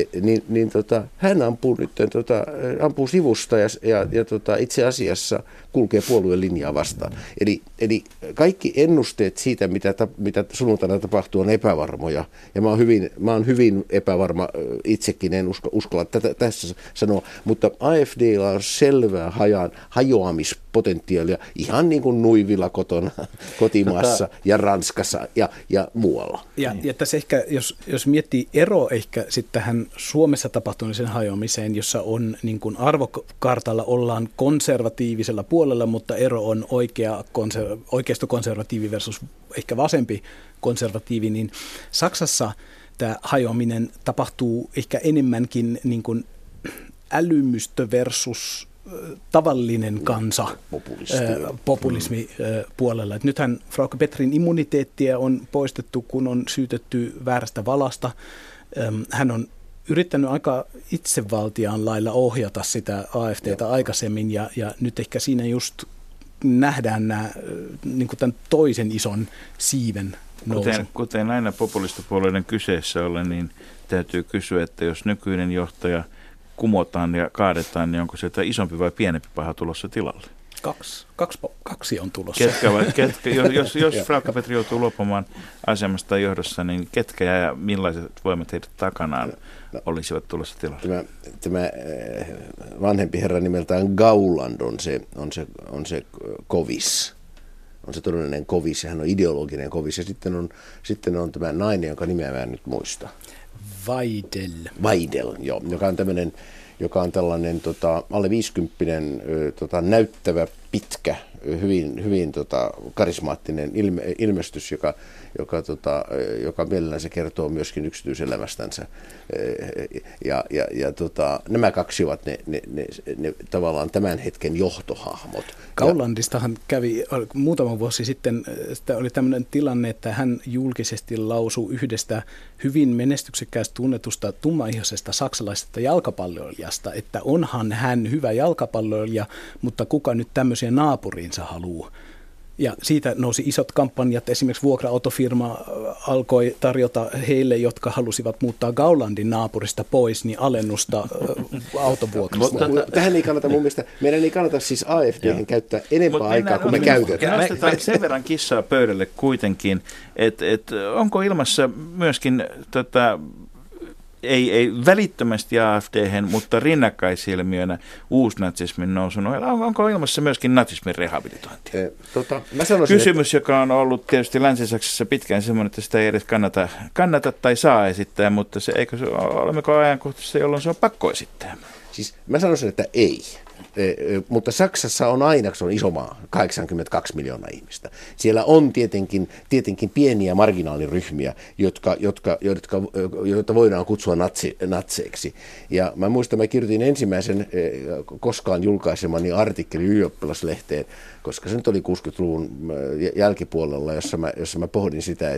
Hän ampuu nyt ampuu sivusta ja itse asiassa kulkee puolueen linjaa vastaan. Eli kaikki ennusteet siitä, mitä sunnuntaina tapahtuu, on epävarmoja. Ja mä oon hyvin epävarma itsekin, en uskalla tätä tässä sanoa. Mutta AFD:lla on selvää hajoamispotentiaalia ihan niin kuin nuivilla kotona, kotimaassa ja Ranskassa ja muualla. Ja tässä ehkä, jos miettii ero ehkä sitten tähän Suomessa tapahtuneeseen hajoamiseen, jossa on niin kuin arvokartalla ollaan konservatiivisella puolella, mutta ero on oikeistokonservatiivi versus ehkä vasempi konservatiivi, niin Saksassa tämä hajoaminen tapahtuu ehkä enemmänkin niin kuin älymystö versus tavallinen kansa populismi puolella. Et nythän Frauke Petrin immuniteettia on poistettu, kun on syytetty väärästä valasta. Hän on yrittänyt aika itsevaltiaan lailla ohjata sitä AfD:tä aikaisemmin, ja nyt ehkä siinä just nähdään niin kuin tämän toisen ison siiven nousu. Kuten aina populistipuolueiden kyseessä ollen, niin täytyy kysyä, että jos nykyinen johtaja kumotaan ja kaadetaan, niin onko sieltä isompi vai pienempi paha tulossa tilalle? Kaksi on tulossa. Jos Frauke Petri joutuu luopumaan asemasta johdossa, niin ketkä ja millaiset voimat heidät takanaan olisivat tulossa tilalle? Tämä vanhempi herra nimeltään Gauland on se kovis. On se todellinen kovis, ja hän on ideologinen kovis. Ja sitten on tämä nainen, jonka nimeä mä en nyt muista. Weidel, joo, joka on tällainen alle 50 näyttävä, pitkä, hyvin karismaattinen ilmestys, joka mielellään se kertoo myöskin yksityiselämästänsä. Nämä kaksi ovat ne tavallaan tämän hetken johtohahmot. Gaulandistahan kävi muutama vuosi sitten, oli tämmöinen tilanne, että hän julkisesti lausui yhdestä hyvin menestyksekkäästä tunnetusta tummaihoisesta saksalaisesta jalkapalloilijasta, että onhan hän hyvä jalkapalloilija, mutta kuka nyt tämmöisiä naapuriinsa haluaa. Ja siitä nousi isot kampanjat. Esimerkiksi vuokra-autofirma alkoi tarjota heille, jotka halusivat muuttaa Gaulandin naapurista pois, niin alennusta autovuokrasta. Tähän ei kannata mun mielestä, meidän ei kannata siis AfD:hen käyttää enempää aikaa kuin me käytetään. Nostetaan sen verran kissaa pöydälle kuitenkin, että onko ilmassa myöskin ei välittömästi AfD:hen, mutta rinnakkaisilmiönä uusnatsismin nousun ohella. Onko ilmassa myöskin natsismin rehabilitointi? Kysymys, joka on ollut tietysti Länsi-Saksassa pitkään semmoinen, että sitä ei edes kannata tai saa esittää, mutta olemmeko ajankohtaisessa, jolloin se on pakko esittää? Siis mä sanoisin, että ei. Mutta Saksassa on aina, se on iso maa, 82 miljoonaa ihmistä. Siellä on tietenkin pieniä marginaaliryhmiä, joita voidaan kutsua natseiksi. Ja mä muistan, mä kirjoitin ensimmäisen koskaan julkaisemani artikkelin ylioppilaslehteen, koska se nyt oli 60-luvun jälkipuolella, jossa mä pohdin sitä,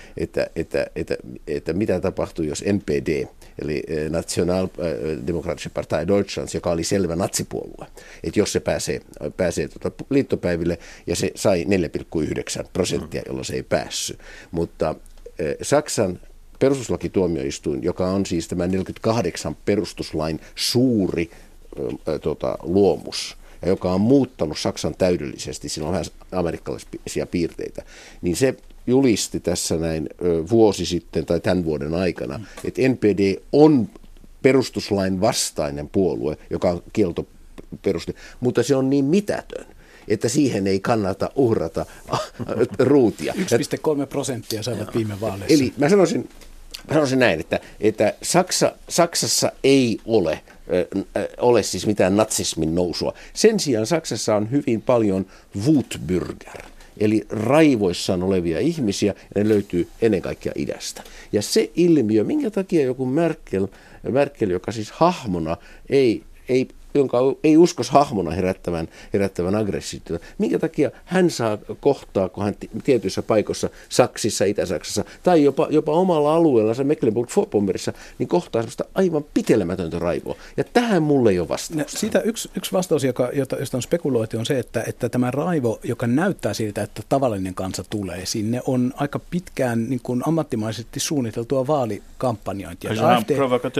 että mitä tapahtui, jos NPD, eli Nationaldemokratische Partei Deutschlands, joka oli selvä natsipuolue, että jos se pääsee liittopäiville, ja se sai 4,9%, jolloin se ei päässyt. Mutta Saksan perustuslakituomioistuin, joka on siis tämä 48 perustuslain suuri luomus, ja joka on muuttanut Saksan täydellisesti, siinä on vähän amerikkalaisia piirteitä, niin se julisti tässä näin vuosi sitten tai tämän vuoden aikana, että NPD on perustuslain vastainen puolue, joka on kieltoperuste, mutta se on niin mitätön, että siihen ei kannata uhrata ruutia. 1,3% saivat viime vaaleissa. Eli mä sanoisin näin, että Saksassa ei ole siis mitään natsismin nousua. Sen sijaan Saksassa on hyvin paljon Wutbürger, eli raivoissaan olevia ihmisiä, ja ne löytyy ennen kaikkea idästä. Ja se ilmiö, minkä takia joku Merkel, joka siis hahmona jonka ei uskos hahmona herättävän aggressiivisuutta. Minkä takia hän saa kohtaa, kun hän tietyissä paikoissa, Saksissa, Itä-Saksassa, tai jopa omalla alueellaan, Mecklenburg-Vorpommerissa, niin kohtaa sellaista aivan pitelemätöntä raivoa. Ja tähän mulle ei ole vastausta. Siitä yksi vastaus, josta on spekuloitu, on se, että tämä raivo, joka näyttää siltä, että tavallinen kansa tulee sinne, on aika pitkään niin kuin ammattimaisesti suunniteltua vaalikampanjointia. Jean provocateur.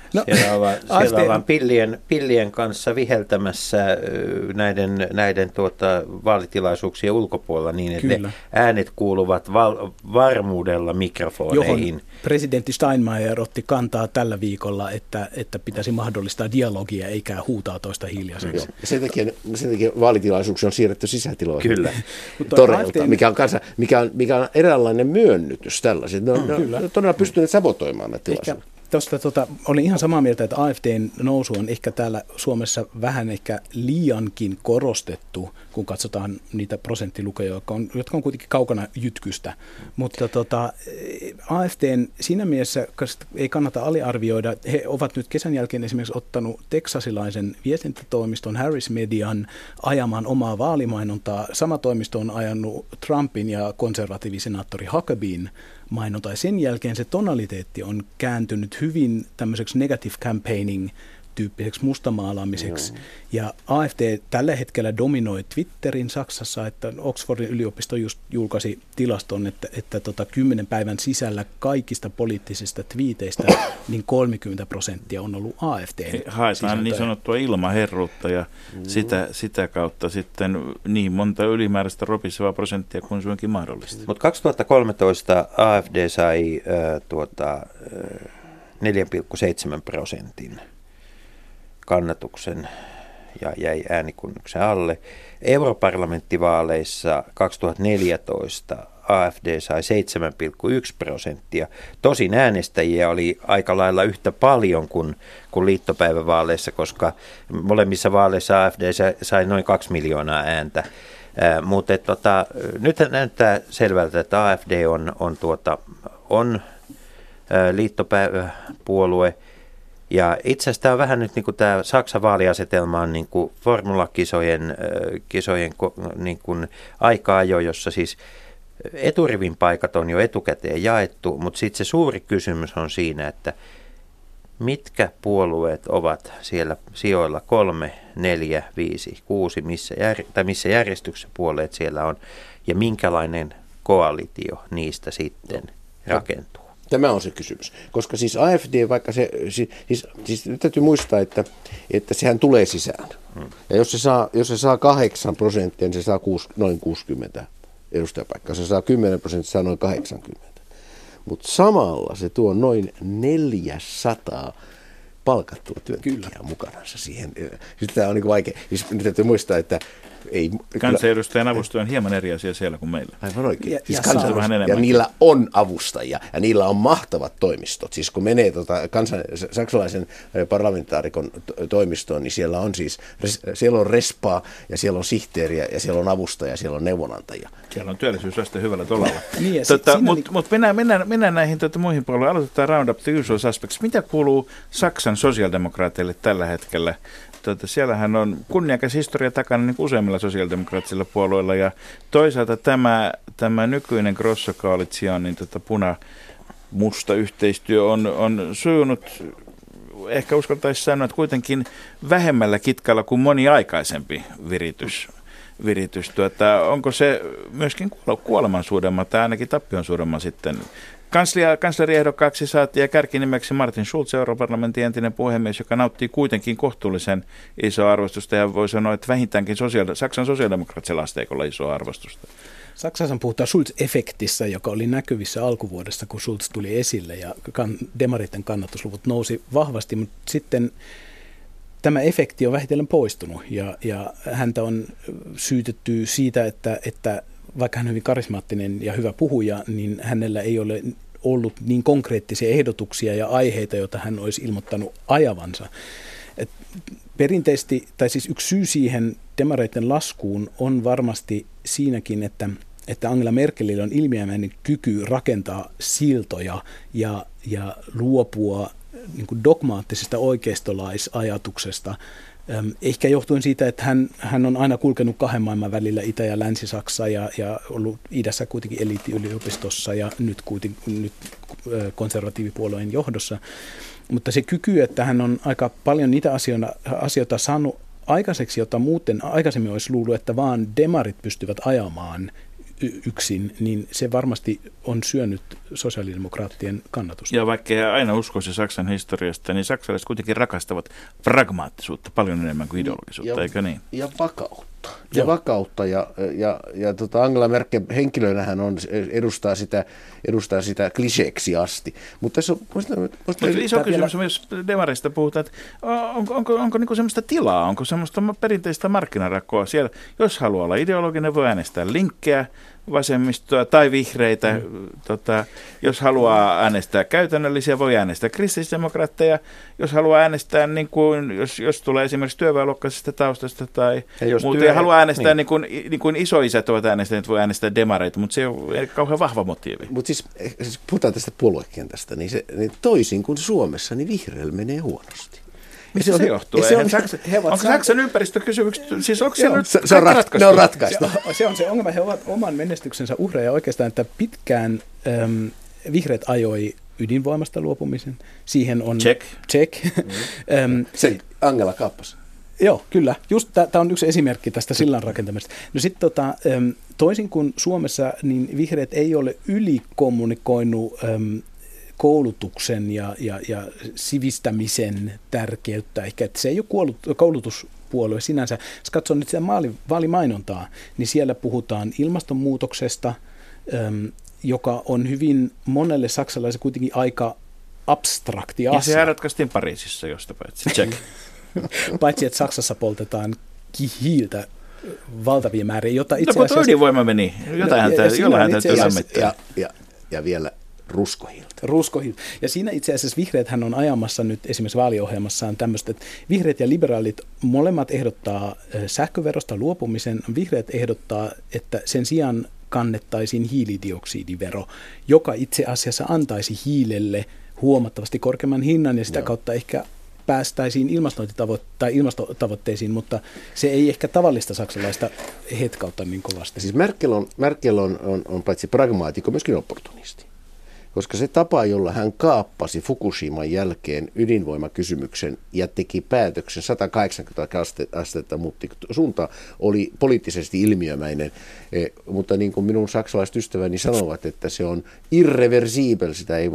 Siellä ollaan pillien kanssa viheltämässä näiden vaalitilaisuuksien ulkopuolella niin, että Kyllä. ne äänet kuuluvat varmuudella mikrofoneihin. Johon presidentti Steinmeier otti kantaa tällä viikolla, että pitäisi mahdollistaa dialogia eikä huutaa toista hiljaiseksi. Sen takia vaalitilaisuuksia on siirretty sisätiloihin. Kyllä. Toreilta, mikä on eräänlainen myönnytys tällaiset. Ne on todella pystyneet sabotoimaan näitä tilaisuuksia. Olin ihan samaa mieltä, että AfDn nousu on ehkä täällä Suomessa vähän ehkä liiankin korostettu, kun katsotaan niitä prosenttilukuja, jotka on kuitenkin kaukana jytkystä. Mutta AfDn siinä mielessä ei kannata aliarvioida. He ovat nyt kesän jälkeen esimerkiksi ottanut teksasilaisen viestintätoimiston Harris Median ajamaan omaa vaalimainontaa. Sama toimisto on ajanut Trumpin ja konservatiivisenaattori Huckabeen mainonta. Ja sen jälkeen se tonaliteetti on kääntynyt hyvin tämmöiseksi negative campaigning tyyppiseksi mustamaalaamiseksi. Ja AfD tällä hetkellä dominoi Twitterin Saksassa, että Oxfordin yliopisto just julkaisi tilaston, että 10 päivän sisällä kaikista poliittisista twiiteistä niin 30% on ollut AfD. Haetaan niin sanottua ilmaherruutta ja sitä kautta sitten niin monta ylimääräistä ropisevaa prosenttia kuin suinkin mahdollista. Mutta 2013 AfD sai 4,7% kannatuksen ja jäi äänikynnyksen alle. Europarlamenttivaaleissa 2014 AfD sai 7,1%. Tosin äänestäjiä oli aika lailla yhtä paljon kuin liittopäivävaaleissa, koska molemmissa vaaleissa AfD sai noin 2 miljoonaa ääntä. Mutta nyt näyttää selvältä, että AfD on liittopuolue. Ja itse asiassa tämä on vähän nyt niin kuin tämä Saksan vaaliasetelma on niin kuin formulakisojen niin kuin aika-ajo, jossa siis eturivin paikat on jo etukäteen jaettu, mutta sitten se suuri kysymys on siinä, että mitkä puolueet ovat siellä sijoilla 3, 4, 5, 6, missä järjestyksessä puolueet siellä on ja minkälainen koalitio niistä sitten rakentuu. Tämä on se kysymys, koska siis AfD, vaikka se, siis nyt täytyy muistaa, että sehän tulee sisään. Ja jos se saa 8%, niin se saa noin 60 edustajapaikkaa. Jos se saa 10%, se saa noin 80. Mutta samalla se tuo noin 400 palkattua työntekijää mukanansa siihen. Tämä on niin vaikea. Nyt täytyy muistaa, että ei... Kansanedustajan avustaja on hieman eri asia siellä kuin meillä. Aivan oikein. Ja niillä on avustajia ja niillä on mahtavat toimistot. Siis kun menee saksalaisen parlamentaarikon toimistoon, niin siellä on respaa ja siellä on sihteeriä ja siellä on avustaja ja siellä on neuvonantajia. Siellä on työllisyysaste hyvällä tolalla. Mutta mennään näihin muihin puolueihin. Aloitetaan Roundup the Usual Suspects. Mitä kuuluu Saksan sosiaalidemokraateille tällä hetkellä? Siellähän on kunniakas historia takana niin useimmilla sosiaalidemokraattisilla puolueilla ja toisaalta tämä nykyinen Grosso-koalitio, niin puna-musta yhteistyö on sujunut, ehkä uskaltaisi sanoa, että kuitenkin vähemmällä kitkalla kuin moni aikaisempi viritys. Onko se myöskin kuolemansuudelma tai ainakin tappionsuudelma sitten? Kansleriehdokkaaksi saatiin ja kärkinimeksi Martin Schulz, Europarlamentin entinen puhemies, joka nauttii kuitenkin kohtuullisen isoa arvostusta ja voi sanoa, että vähintäänkin Saksan sosiaalidemokraattisella asteikolla isoa arvostusta. Saksassa puhutaan Schulz-efektissä, joka oli näkyvissä alkuvuodesta, kun Schulz tuli esille ja demaritten kannatusluvut nousi vahvasti, mutta sitten tämä efekti on vähitellen poistunut ja häntä on syytetty siitä, että vaikka hän on hyvin karismaattinen ja hyvä puhuja, niin hänellä ei ole ollut niin konkreettisia ehdotuksia ja aiheita, joita hän olisi ilmoittanut ajavansa. Perinteisesti, tai siis yksi syy siihen demareiden laskuun on varmasti siinäkin, että Angela Merkelillä on ilmiömäinen kyky rakentaa siltoja ja luopua niin kuin dogmaattisesta oikeistolaisajatuksesta. Ehkä johtuen siitä, että hän on aina kulkenut kahden maailman välillä Itä- ja Länsi-Saksa ja ollut idässä kuitenkin eliittiyliopistossa ja nyt konservatiivipuolueen johdossa. Mutta se kyky, että hän on aika paljon niitä asioita saanut aikaiseksi, jota muuten aikaisemmin olisi luullut, että vaan demarit pystyvät ajamaan yksin, niin se varmasti on syönyt sosiaalidemokraattien kannatusta. Ja vaikka ei aina uskoisi Saksan historiasta, niin saksalaiset kuitenkin rakastavat pragmaattisuutta paljon enemmän kuin ideologisuutta, eikö niin? Ja vakautta. Ja Angela Merkel henkilönähän edustaa sitä kliseeksi asti. Mutta tässä on... Iso kysymys on, jos demareista puhutaan, että onko niinku semmoista tilaa, onko semmoista perinteistä markkinarakoa siellä. Jos haluaa olla ideologinen, voi äänestää linkkejä, vasemmistoa tai vihreitä. Jos haluaa äänestää käytännöllisiä, voi äänestää kristillisdemokraatteja. Jos haluaa äänestää, niin kuin, jos tulee esimerkiksi työväenluokkaisesta taustasta tai muuta, ja haluaa äänestää niin kuin isoisät ovat äänestäneet, voi äänestää demareita, mutta se on kauhean vahva motiivi. Mutta siis puhutaan tästä puoluekentästä, niin toisin kuin Suomessa, niin vihreällä menee huonosti. Mistä se johtuu? Onko Saksan ympäristökysymykset, siis onko siellä nyt ratkaistu? Ne on ratkaistu. Se on se ongelma, he ovat oman menestyksensä uhreja oikeastaan, että pitkään vihreät ajoi ydinvoimasta luopumisen. Siihen on... Check. Se Angela kaappasi. Joo, kyllä. Just tämä on yksi esimerkki tästä sillan rakentamisesta. No sitten toisin kuin Suomessa, niin vihreät ei ole ylikommunikoinut koulutuksen ja sivistämisen tärkeyttä. Ehkä että se ei ole koulutuspuolue sinänsä. Jos katsoo nyt sitä vaalimainontaa, niin siellä puhutaan ilmastonmuutoksesta, joka on hyvin monelle saksalaiselle kuitenkin aika abstrakti asia. Ja se ratkaistiin Pariisissa jostapaitsi. Check. Paitsi, että Saksassa poltetaan hiiltä valtavia määriä, jota itse asiassa... No kun ydinvoima meni, jollain täytyy lämmittää. Ja vielä ruskohiiltä. Ja siinä itse asiassa vihreäthän on ajamassa nyt esimerkiksi vaaliohjelmassaan tämmöistä, että vihreät ja liberaalit molemmat ehdottaa sähköverosta luopumisen. Vihreät ehdottaa, että sen sijaan kannettaisiin hiilidioksidivero, joka itse asiassa antaisi hiilelle huomattavasti korkeamman hinnan ja sitä kautta ehkä päästäisiin ilmastotavoitteisiin, mutta se ei ehkä tavallista saksalaista hetkautta niin kovasti. Siis Merkel on paitsi pragmaatikko, myöskin opportunisti. Koska se tapa, jolla hän kaappasi Fukushiman jälkeen ydinvoimakysymyksen ja teki päätöksen 180 astetta muutti suuntaan, oli poliittisesti ilmiömäinen. Mutta niin kuin minun saksalaiset ystäväni sanovat, että se on irreversibel,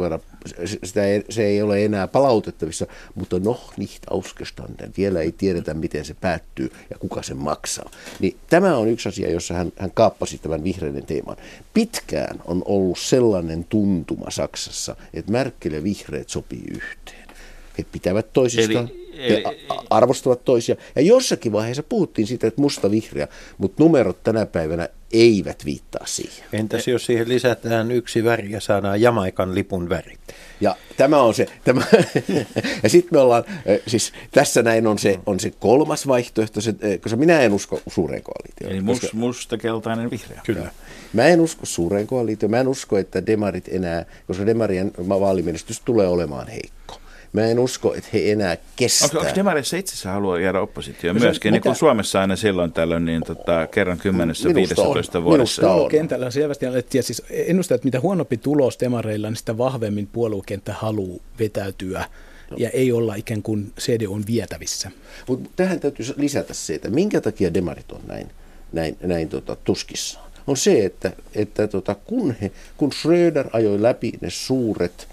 se ei ole enää palautettavissa, mutta nicht ausgestanden, vielä ei tiedetä, miten se päättyy ja kuka sen maksaa. Niin tämä on yksi asia, jossa hän kaappasi tämän vihreiden teeman. Pitkään on ollut sellainen tuntuma Saksassa, että Merkel ja vihreät sopii yhteen. He pitävät toisistaan, he arvostavat toisia. Ja jossakin vaiheessa puhuttiin siitä, että musta-vihreä, mutta numerot tänä päivänä eivät viittaa siihen. Entäs jos siihen lisätään yksi väri ja saadaan Jamaikan lipun värit? Ja tämä on se, ja sitten me ollaan, siis tässä näin on se kolmas vaihtoehto, koska minä en usko suureen koalitioon. Eli musta, keltainen, vihreä. Kyllä. Mä en usko suureen koalitioon, mä en usko, että demarit enää, koska demarien vaalimenestys tulee olemaan heikko. Mä en usko, että he enää kestää. Onko demareissa itsessä haluaa jäädä oppositioon myöskin, niin kuin Suomessa aina silloin tällöin, niin kerran 10-15 vuodessa? Puoluekentällä on selvästi, että siis ennustaa, että mitä huonompi tulos demareilla, niin sitä vahvemmin puoluekenttä haluaa vetäytyä ja ei olla ikään kuin CDUn vietävissä. Mutta tähän täytyy lisätä se, että minkä takia demarit on näin tuskissaan. On se, että kun Schröder ajoi läpi ne suuret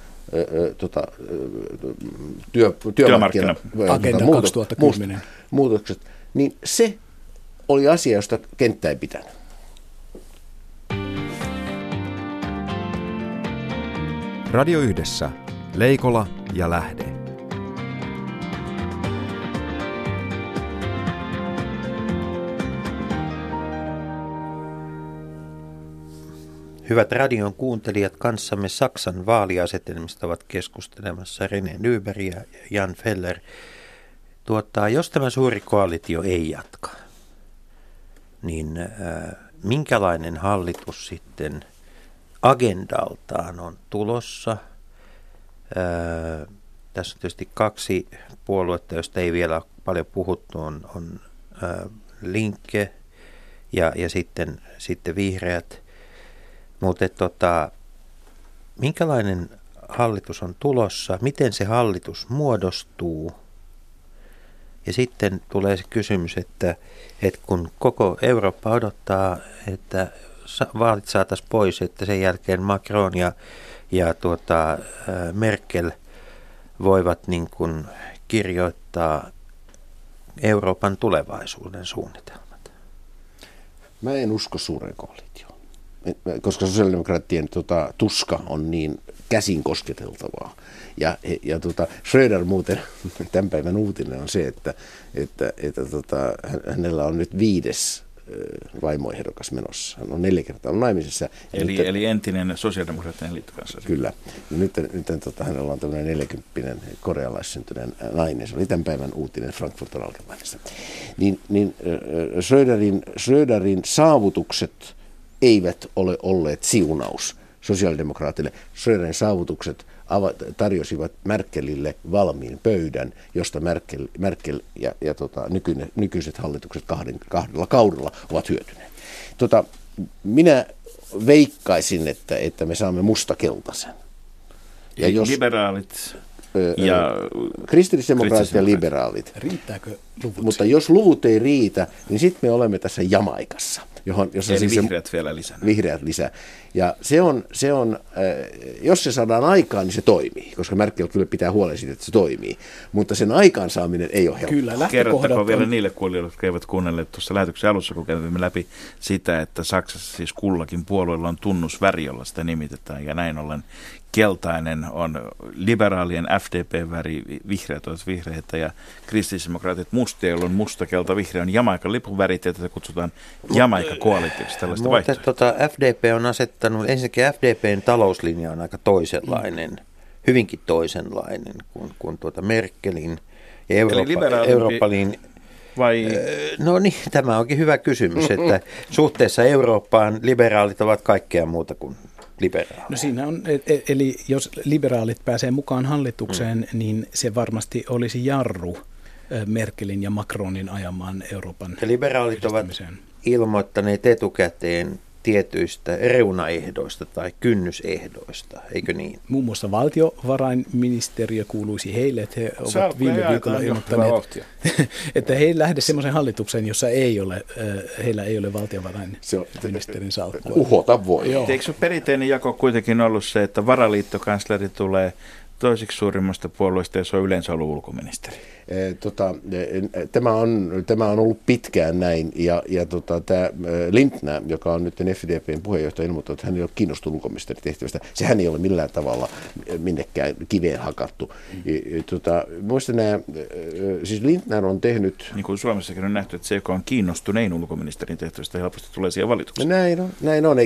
työmarkkina Agenda 2010 muutokset, niin se oli asia, josta kenttä ei pitänyt. Radio Yhdessä, Leikola ja Lähde. Hyvät radion kuuntelijat, kanssamme Saksan vaaliasetelmista ovat keskustelemassa René Nyberg ja Jan Feller. Jos tämä suuri koalitio ei jatka, niin minkälainen hallitus sitten agendaltaan on tulossa? Tässä on tietysti kaksi puoluetta, joista ei vielä paljon puhuttu, on Linke ja sitten vihreät. Mutta minkälainen hallitus on tulossa, miten se hallitus muodostuu? Ja sitten tulee se kysymys, että kun koko Eurooppa odottaa, että vaalit saataisiin pois, että sen jälkeen Macron ja Merkel voivat niin kuin kirjoittaa Euroopan tulevaisuuden suunnitelmat? Mä en usko suureen koalitioon, koska sosiaalidemokraattien tuska on niin käsin kosketeltavaa. Ja Schröder muuten, tämän päivän uutinen on se, että hänellä on nyt 5. vaimoehdokas menossa. Hän on 4 kertaa ollut naimisissa. Eli entinen sosiaalidemokraattinen liittokansleri. Kyllä. Ja nyt hänellä on tämmöinen 40 korealaissyntyneen nainen. Se oli tämän päivän uutinen Frankfurter Allgemeinessa. Niin Schröderin saavutukset eivät ole olleet siunaus sosiaalidemokraatille. Schröderin saavutukset tarjosivat Merkelille valmiin pöydän, josta Merkel ja nykyiset hallitukset kahdella kaudella ovat hyötyneet. Minä veikkaisin, että me saamme mustakeltaisen. Ja jos liberaalit ja kristillisdemokraatit ja liberaalit. Riittääkö luvut? Mutta jos luvut ei riitä, niin sitten me olemme tässä Jamaikassa. Jossa eli siis vihreät vielä lisää. Vihreät lisää. Ja se on, jos se saadaan aikaan, niin se toimii, koska Merkel kyllä pitää huolen siitä, että se toimii. Mutta sen aikaansaaminen ei ole helppoa. Kyllä, kerrottakoon vielä niille kuulijoille, jotka eivät kuunnelleet tuossa lähetyksen alussa, kun kävimme läpi sitä, että Saksassa siis kullakin puolueella on tunnusväri, jolla sitä nimitetään, ja näin ollen keltainen on liberaalien FDP-väri, vihreät ovat vihreitä ja kristillisdemokraatit mustia, jolloin musta, kelta, vihreä on Jamaikan lipun värit, ja tätä kutsutaan Jamaika-koalitioksi, tällaista vaihtoehtoa. FDP on asettanut, ensinnäkin FDPn talouslinja on aika toisenlainen, hyvinkin toisenlainen kuin Merkelin ja Eurooppalin. Vai? No niin, tämä onkin hyvä kysymys, että suhteessa Eurooppaan liberaalit ovat kaikkea muuta kuin liberaaleja. No siinä on, eli jos liberaalit pääsee mukaan hallitukseen, niin se varmasti olisi jarru Merkelin ja Macronin ajamaan Euroopan. Ja liberaalit ovat ilmoittaneet etukäteen tietyistä reunaehdoista tai kynnysehdoista, eikö niin? Muun muassa valtiovarainministeriö kuuluisi heille, että he ovat viime viikolla ilmoittaneet, että he ei lähde semmoisen hallituksen, jossa heillä ei ole valtiovarainministerin salkkua. Uhota voi. Eikö se perinteinen jako kuitenkin ollut se, että varaliittokansleri tulee toiseksi suurimmasta puolueesta ja se on yleensä ollut ulkoministeri? Tämä on ollut pitkään näin ja tämä Lindner, joka on nyt FDPn puheenjohtaja, ilmoittanut, että hän ei ole kiinnostunut ulkoministeritehtävästä. Sehän ei ole millään tavalla minnekään kiveen hakattu. Muista siis Lindner on tehnyt... Niin kuin Suomessakin on nähty, että se, joka on kiinnostunein ulkoministerin tehtävästä, helposti tulee siihen valitukseen. Näin on,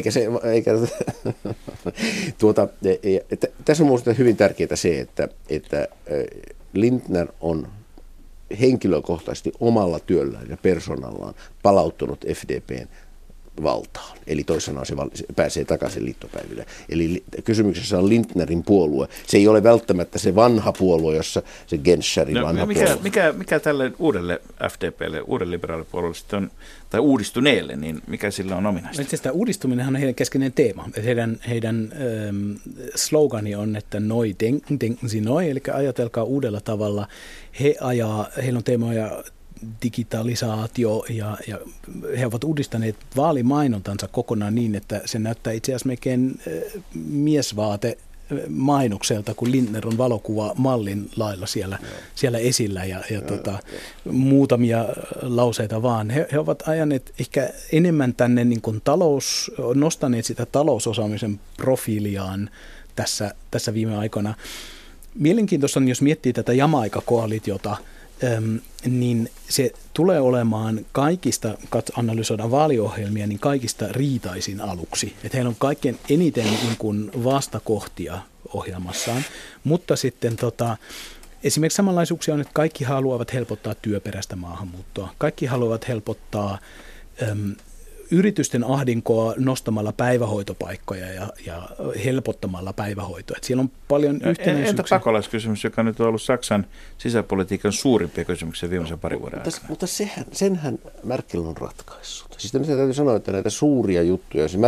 tässä on minusta hyvin tärkeää se, että Lindner on henkilökohtaisesti omalla työllään ja persoonallaan palauttanut FDPn valtaan. Eli toisanaan se pääsee takaisin liittopäiville. Eli kysymyksessä on Lindnerin puolue. Se ei ole välttämättä se vanha puolue, jossa se Genscherin vanha puolue. Mikä tälle uudelle FDPlle, uudelle liberaalipuolueelle sitten on, tai uudistuneelle, niin mikä sillä on ominaista? Itse asiassa heidän heidän keskeinen teema. Heidän slogani on, että noi denken Sie neu, eli ajatelkaa uudella tavalla. Heillä on teemoja digitalisaatio ja he ovat uudistaneet vaalimainontansa kokonaan niin, että se näyttää itse asiassa melkein miesvaate mainokselta, kun Lindner on valokuva mallin lailla siellä esillä ja muutamia lauseita vaan. He ovat ajaneet ehkä enemmän tänne niin kuin nostaneet sitä talousosaamisen profiiliaan tässä viime aikoina. Mielenkiintoista on, jos miettii tätä Jamaika-koalitiota, niin se tulee olemaan kaikista, analysoidaan vaaliohjelmia, niin kaikista riitaisin aluksi. Että heillä on kaikkein eniten niin kuin vastakohtia ohjelmassaan, mutta sitten esimerkiksi samanlaisuuksia on, että kaikki haluavat helpottaa työperäistä maahanmuuttoa. Kaikki haluavat helpottaa yritysten ahdinkoa nostamalla päivähoitopaikkoja ja helpottamalla päivähoitoa. Että siellä on paljon yhtenäisyyksiä. Entä pakolaiskysymys, joka nyt on ollut Saksan sisäpolitiikan suurimpia kysymyksiä viimeisen parin vuoden aikana? Mutta senhän Merkel on ratkaissut. Siis täytyy sanoa, että näitä suuria juttuja, siis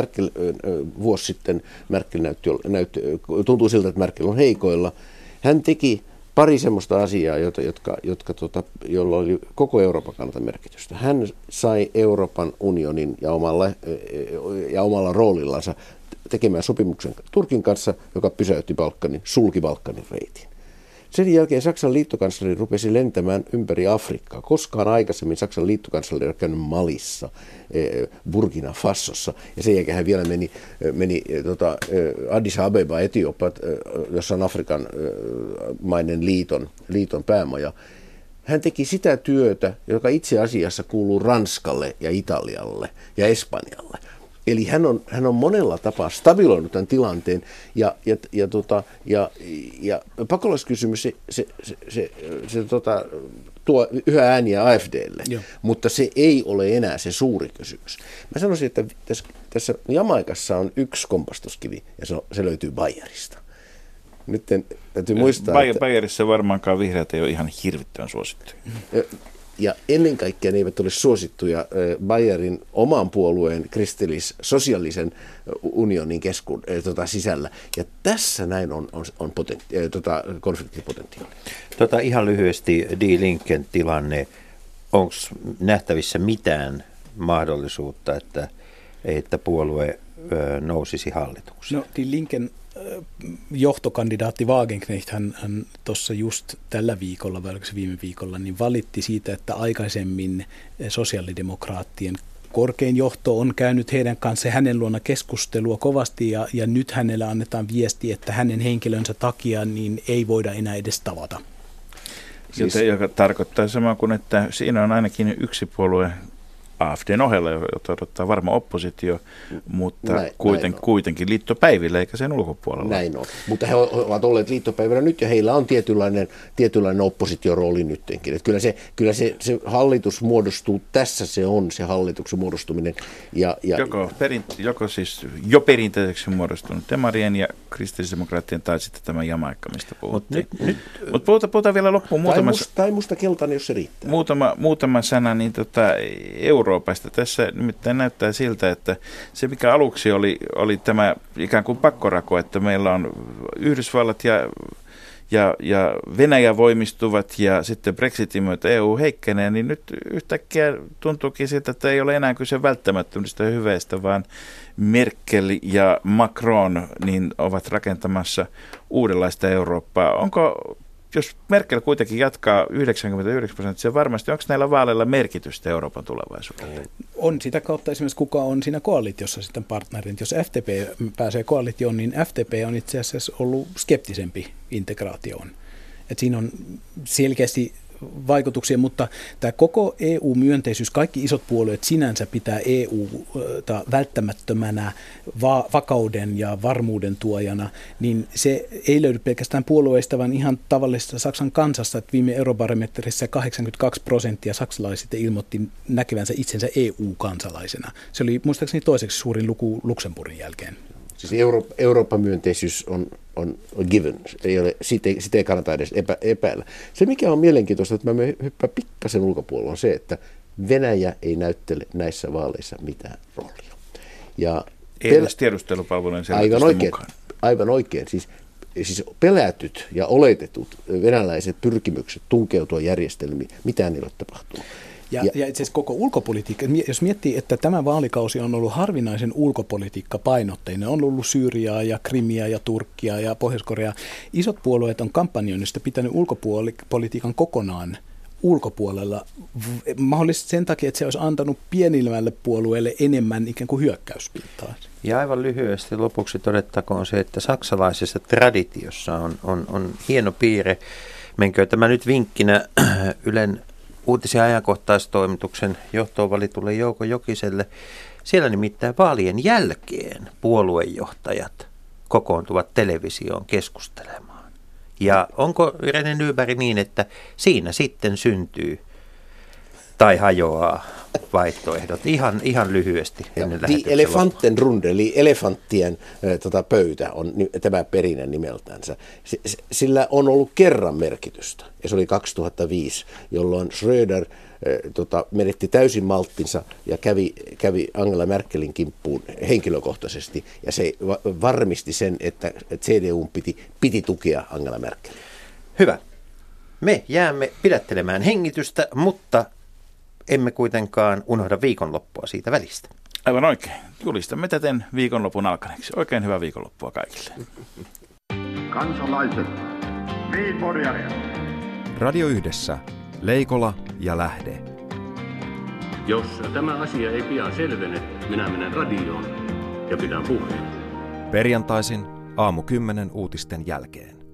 vuosi sitten Merkel tuntuu siltä, että Merkel on heikoilla. Hän teki pari semmoista asiaa, jolla oli koko Euroopan kannalta merkitystä. Hän sai Euroopan unionin ja omalla roolillansa tekemään sopimuksen Turkin kanssa, joka pysäytti Balkanin, sulki Balkanin reitin. Sen jälkeen Saksan liittokansleri rupesi lentämään ympäri Afrikkaa. Koskaan aikaisemmin Saksan liittokansleri oli käynyt Malissa, Burkina Fasossa, ja sen jälkeen hän vielä meni Addis Abeba, Etiopia, jossa on Afrikan mainen liiton päämaja. Hän teki sitä työtä, joka itse asiassa kuuluu Ranskalle ja Italialle ja Espanjalle. Eli hän on monella tapaa stabiloinut tämän tilanteen ja pakolaiskysymys se tuo yhä ääniä AfDlle, mutta se ei ole enää se suuri kysymys. Mä sanoisin, että tässä Jamaikassa on yksi kompastuskivi ja se löytyy Bayerista. Nyt täytyy muistaa, Bayerissa varmaankaan vihreät ei ole ihan hirvittävän suosittuja. Ja ennen kaikkea ne eivät ole suosittuja Bayerin oman puolueen kristillis-sosiaalisen unionin sisällä. Ja tässä näin on konfliktipotentiaali. Ihan lyhyesti Die Linken tilanne. Onko nähtävissä mitään mahdollisuutta, että puolue nousisi hallitukseen? No, Die Linken johtokandidaatti Wagenknecht, hän tuossa just tällä viikolla, vai oliko se viime viikolla, niin valitti siitä, että aikaisemmin sosiaalidemokraattien korkein johto on käynyt heidän kanssa hänen luona keskustelua kovasti, ja nyt hänelle annetaan viesti, että hänen henkilönsä takia niin ei voida enää edes tavata. Joka tarkoittaa samaa kuin, että siinä on ainakin yksi puolue AfDn ohella, jota odottaa varma oppositio, mutta kuitenkin liittopäivillä eikä sen ulkopuolella. Näin on, mutta he ovat olleet liittopäivillä nyt ja heillä on tietynlainen oppositiorooli nyttenkin. Että kyllä se hallitus muodostuu, tässä se on se hallituksen muodostuminen. Joko siis jo perinteiseksi muodostunut demarien ja kristillisdemokraattien tai sitten tämä Jamaikka, mistä puhuttiin. Mutta puhutaan vielä loppuun tai musta keltainen, jos se riittää. Muutama sana, niin Euroopasta. Tässä nimittäin näyttää siltä, että se mikä aluksi oli tämä ikään kuin pakkorako, että meillä on Yhdysvallat ja Venäjä voimistuvat ja sitten Brexitin myötä EU heikkenee, niin nyt yhtäkkiä tuntuukin siltä, että ei ole enää kyse välttämättömistä hyveistä, vaan Merkel ja Macron niin ovat rakentamassa uudenlaista Eurooppaa. Jos Merkel kuitenkin jatkaa 99%, varmasti onko näillä vaaleilla merkitystä Euroopan tulevaisuudelle? On sitä kautta esimerkiksi kuka on siinä koalitiossa sitten partnerin. Jos FDP pääsee koalitioon, niin FDP on itse asiassa ollut skeptisempi integraatioon. Et siinä on selkeästi vaikutuksia, mutta tämä koko EU-myönteisyys, kaikki isot puolueet sinänsä pitää EUta välttämättömänä vakauden ja varmuuden tuojana, niin se ei löydy pelkästään puolueista, vaan ihan tavallisesta Saksan kansasta, että viime Eurobarometrissä 82% saksalaisista ilmoitti näkevänsä itsensä EU-kansalaisena. Se oli muistaakseni toiseksi suurin luku Luxemburgin jälkeen. Siis Euroopan myönteisyys on given, sitä ei kannata edes epäillä. Se mikä on mielenkiintoista, että mä hyppään pikkasen ulkopuolella, on se, että Venäjä ei näyttele näissä vaaleissa mitään roolia. Ei edes tiedustelupalvelujen selvitysten mukaan. Aivan oikein. Siis pelätyt ja oletetut venäläiset pyrkimykset tunkeutua järjestelmiin, mitään ei ole tapahtunut. Ja itse asiassa koko ulkopolitiikka, jos miettii, että tämä vaalikausi on ollut harvinaisen ulkopolitiikkapainotteinen, on ollut Syyriaa ja Krimiä ja Turkkia ja Pohjois-Korea. Isot puolueet on kampanjoinnista pitänyt ulkopolitiikan kokonaan ulkopuolella, mahdollisesti sen takia, että se olisi antanut pienimmälle puolueelle enemmän ikään kuin hyökkäyspintaa. Ja aivan lyhyesti lopuksi todettakoon se, että saksalaisessa traditiossa on hieno piirre. Menkö tämä nyt vinkkinä Ylen uutisen ajankohtaistoimituksen johtoon valitulle Jouko Jokiselle. Siellä nimittäin vaalien jälkeen puoluejohtajat kokoontuvat televisioon keskustelemaan. Ja onko René Nyberg niin, että siinä sitten syntyy tai hajoaa vaihtoehdot ihan lyhyesti ennen lähetyksen Elefantenrunde, eli elefanttien pöytä on tämä perinne nimeltänsä. Sillä on ollut kerran merkitystä, ja se oli 2005, jolloin Schröder menetti täysin malttinsa ja kävi Angela Merkelin kimppuun henkilökohtaisesti, ja se varmisti sen, että CDU piti tukea Angela Merkelia. Hyvä. Me jäämme pidättelemään hengitystä, mutta emme kuitenkaan unohda viikonloppua siitä välistä. Aivan oikein. Julistamme täten viikonlopun alkaneeksi. Oikein hyvää viikonloppua kaikille. Kansalaiset, Radio Yhdessä, Leikola ja Lähde. Jos tämä asia ei pian selvene, minä menen radioon ja pidän puheen. Perjantaisin aamu 10 uutisten jälkeen.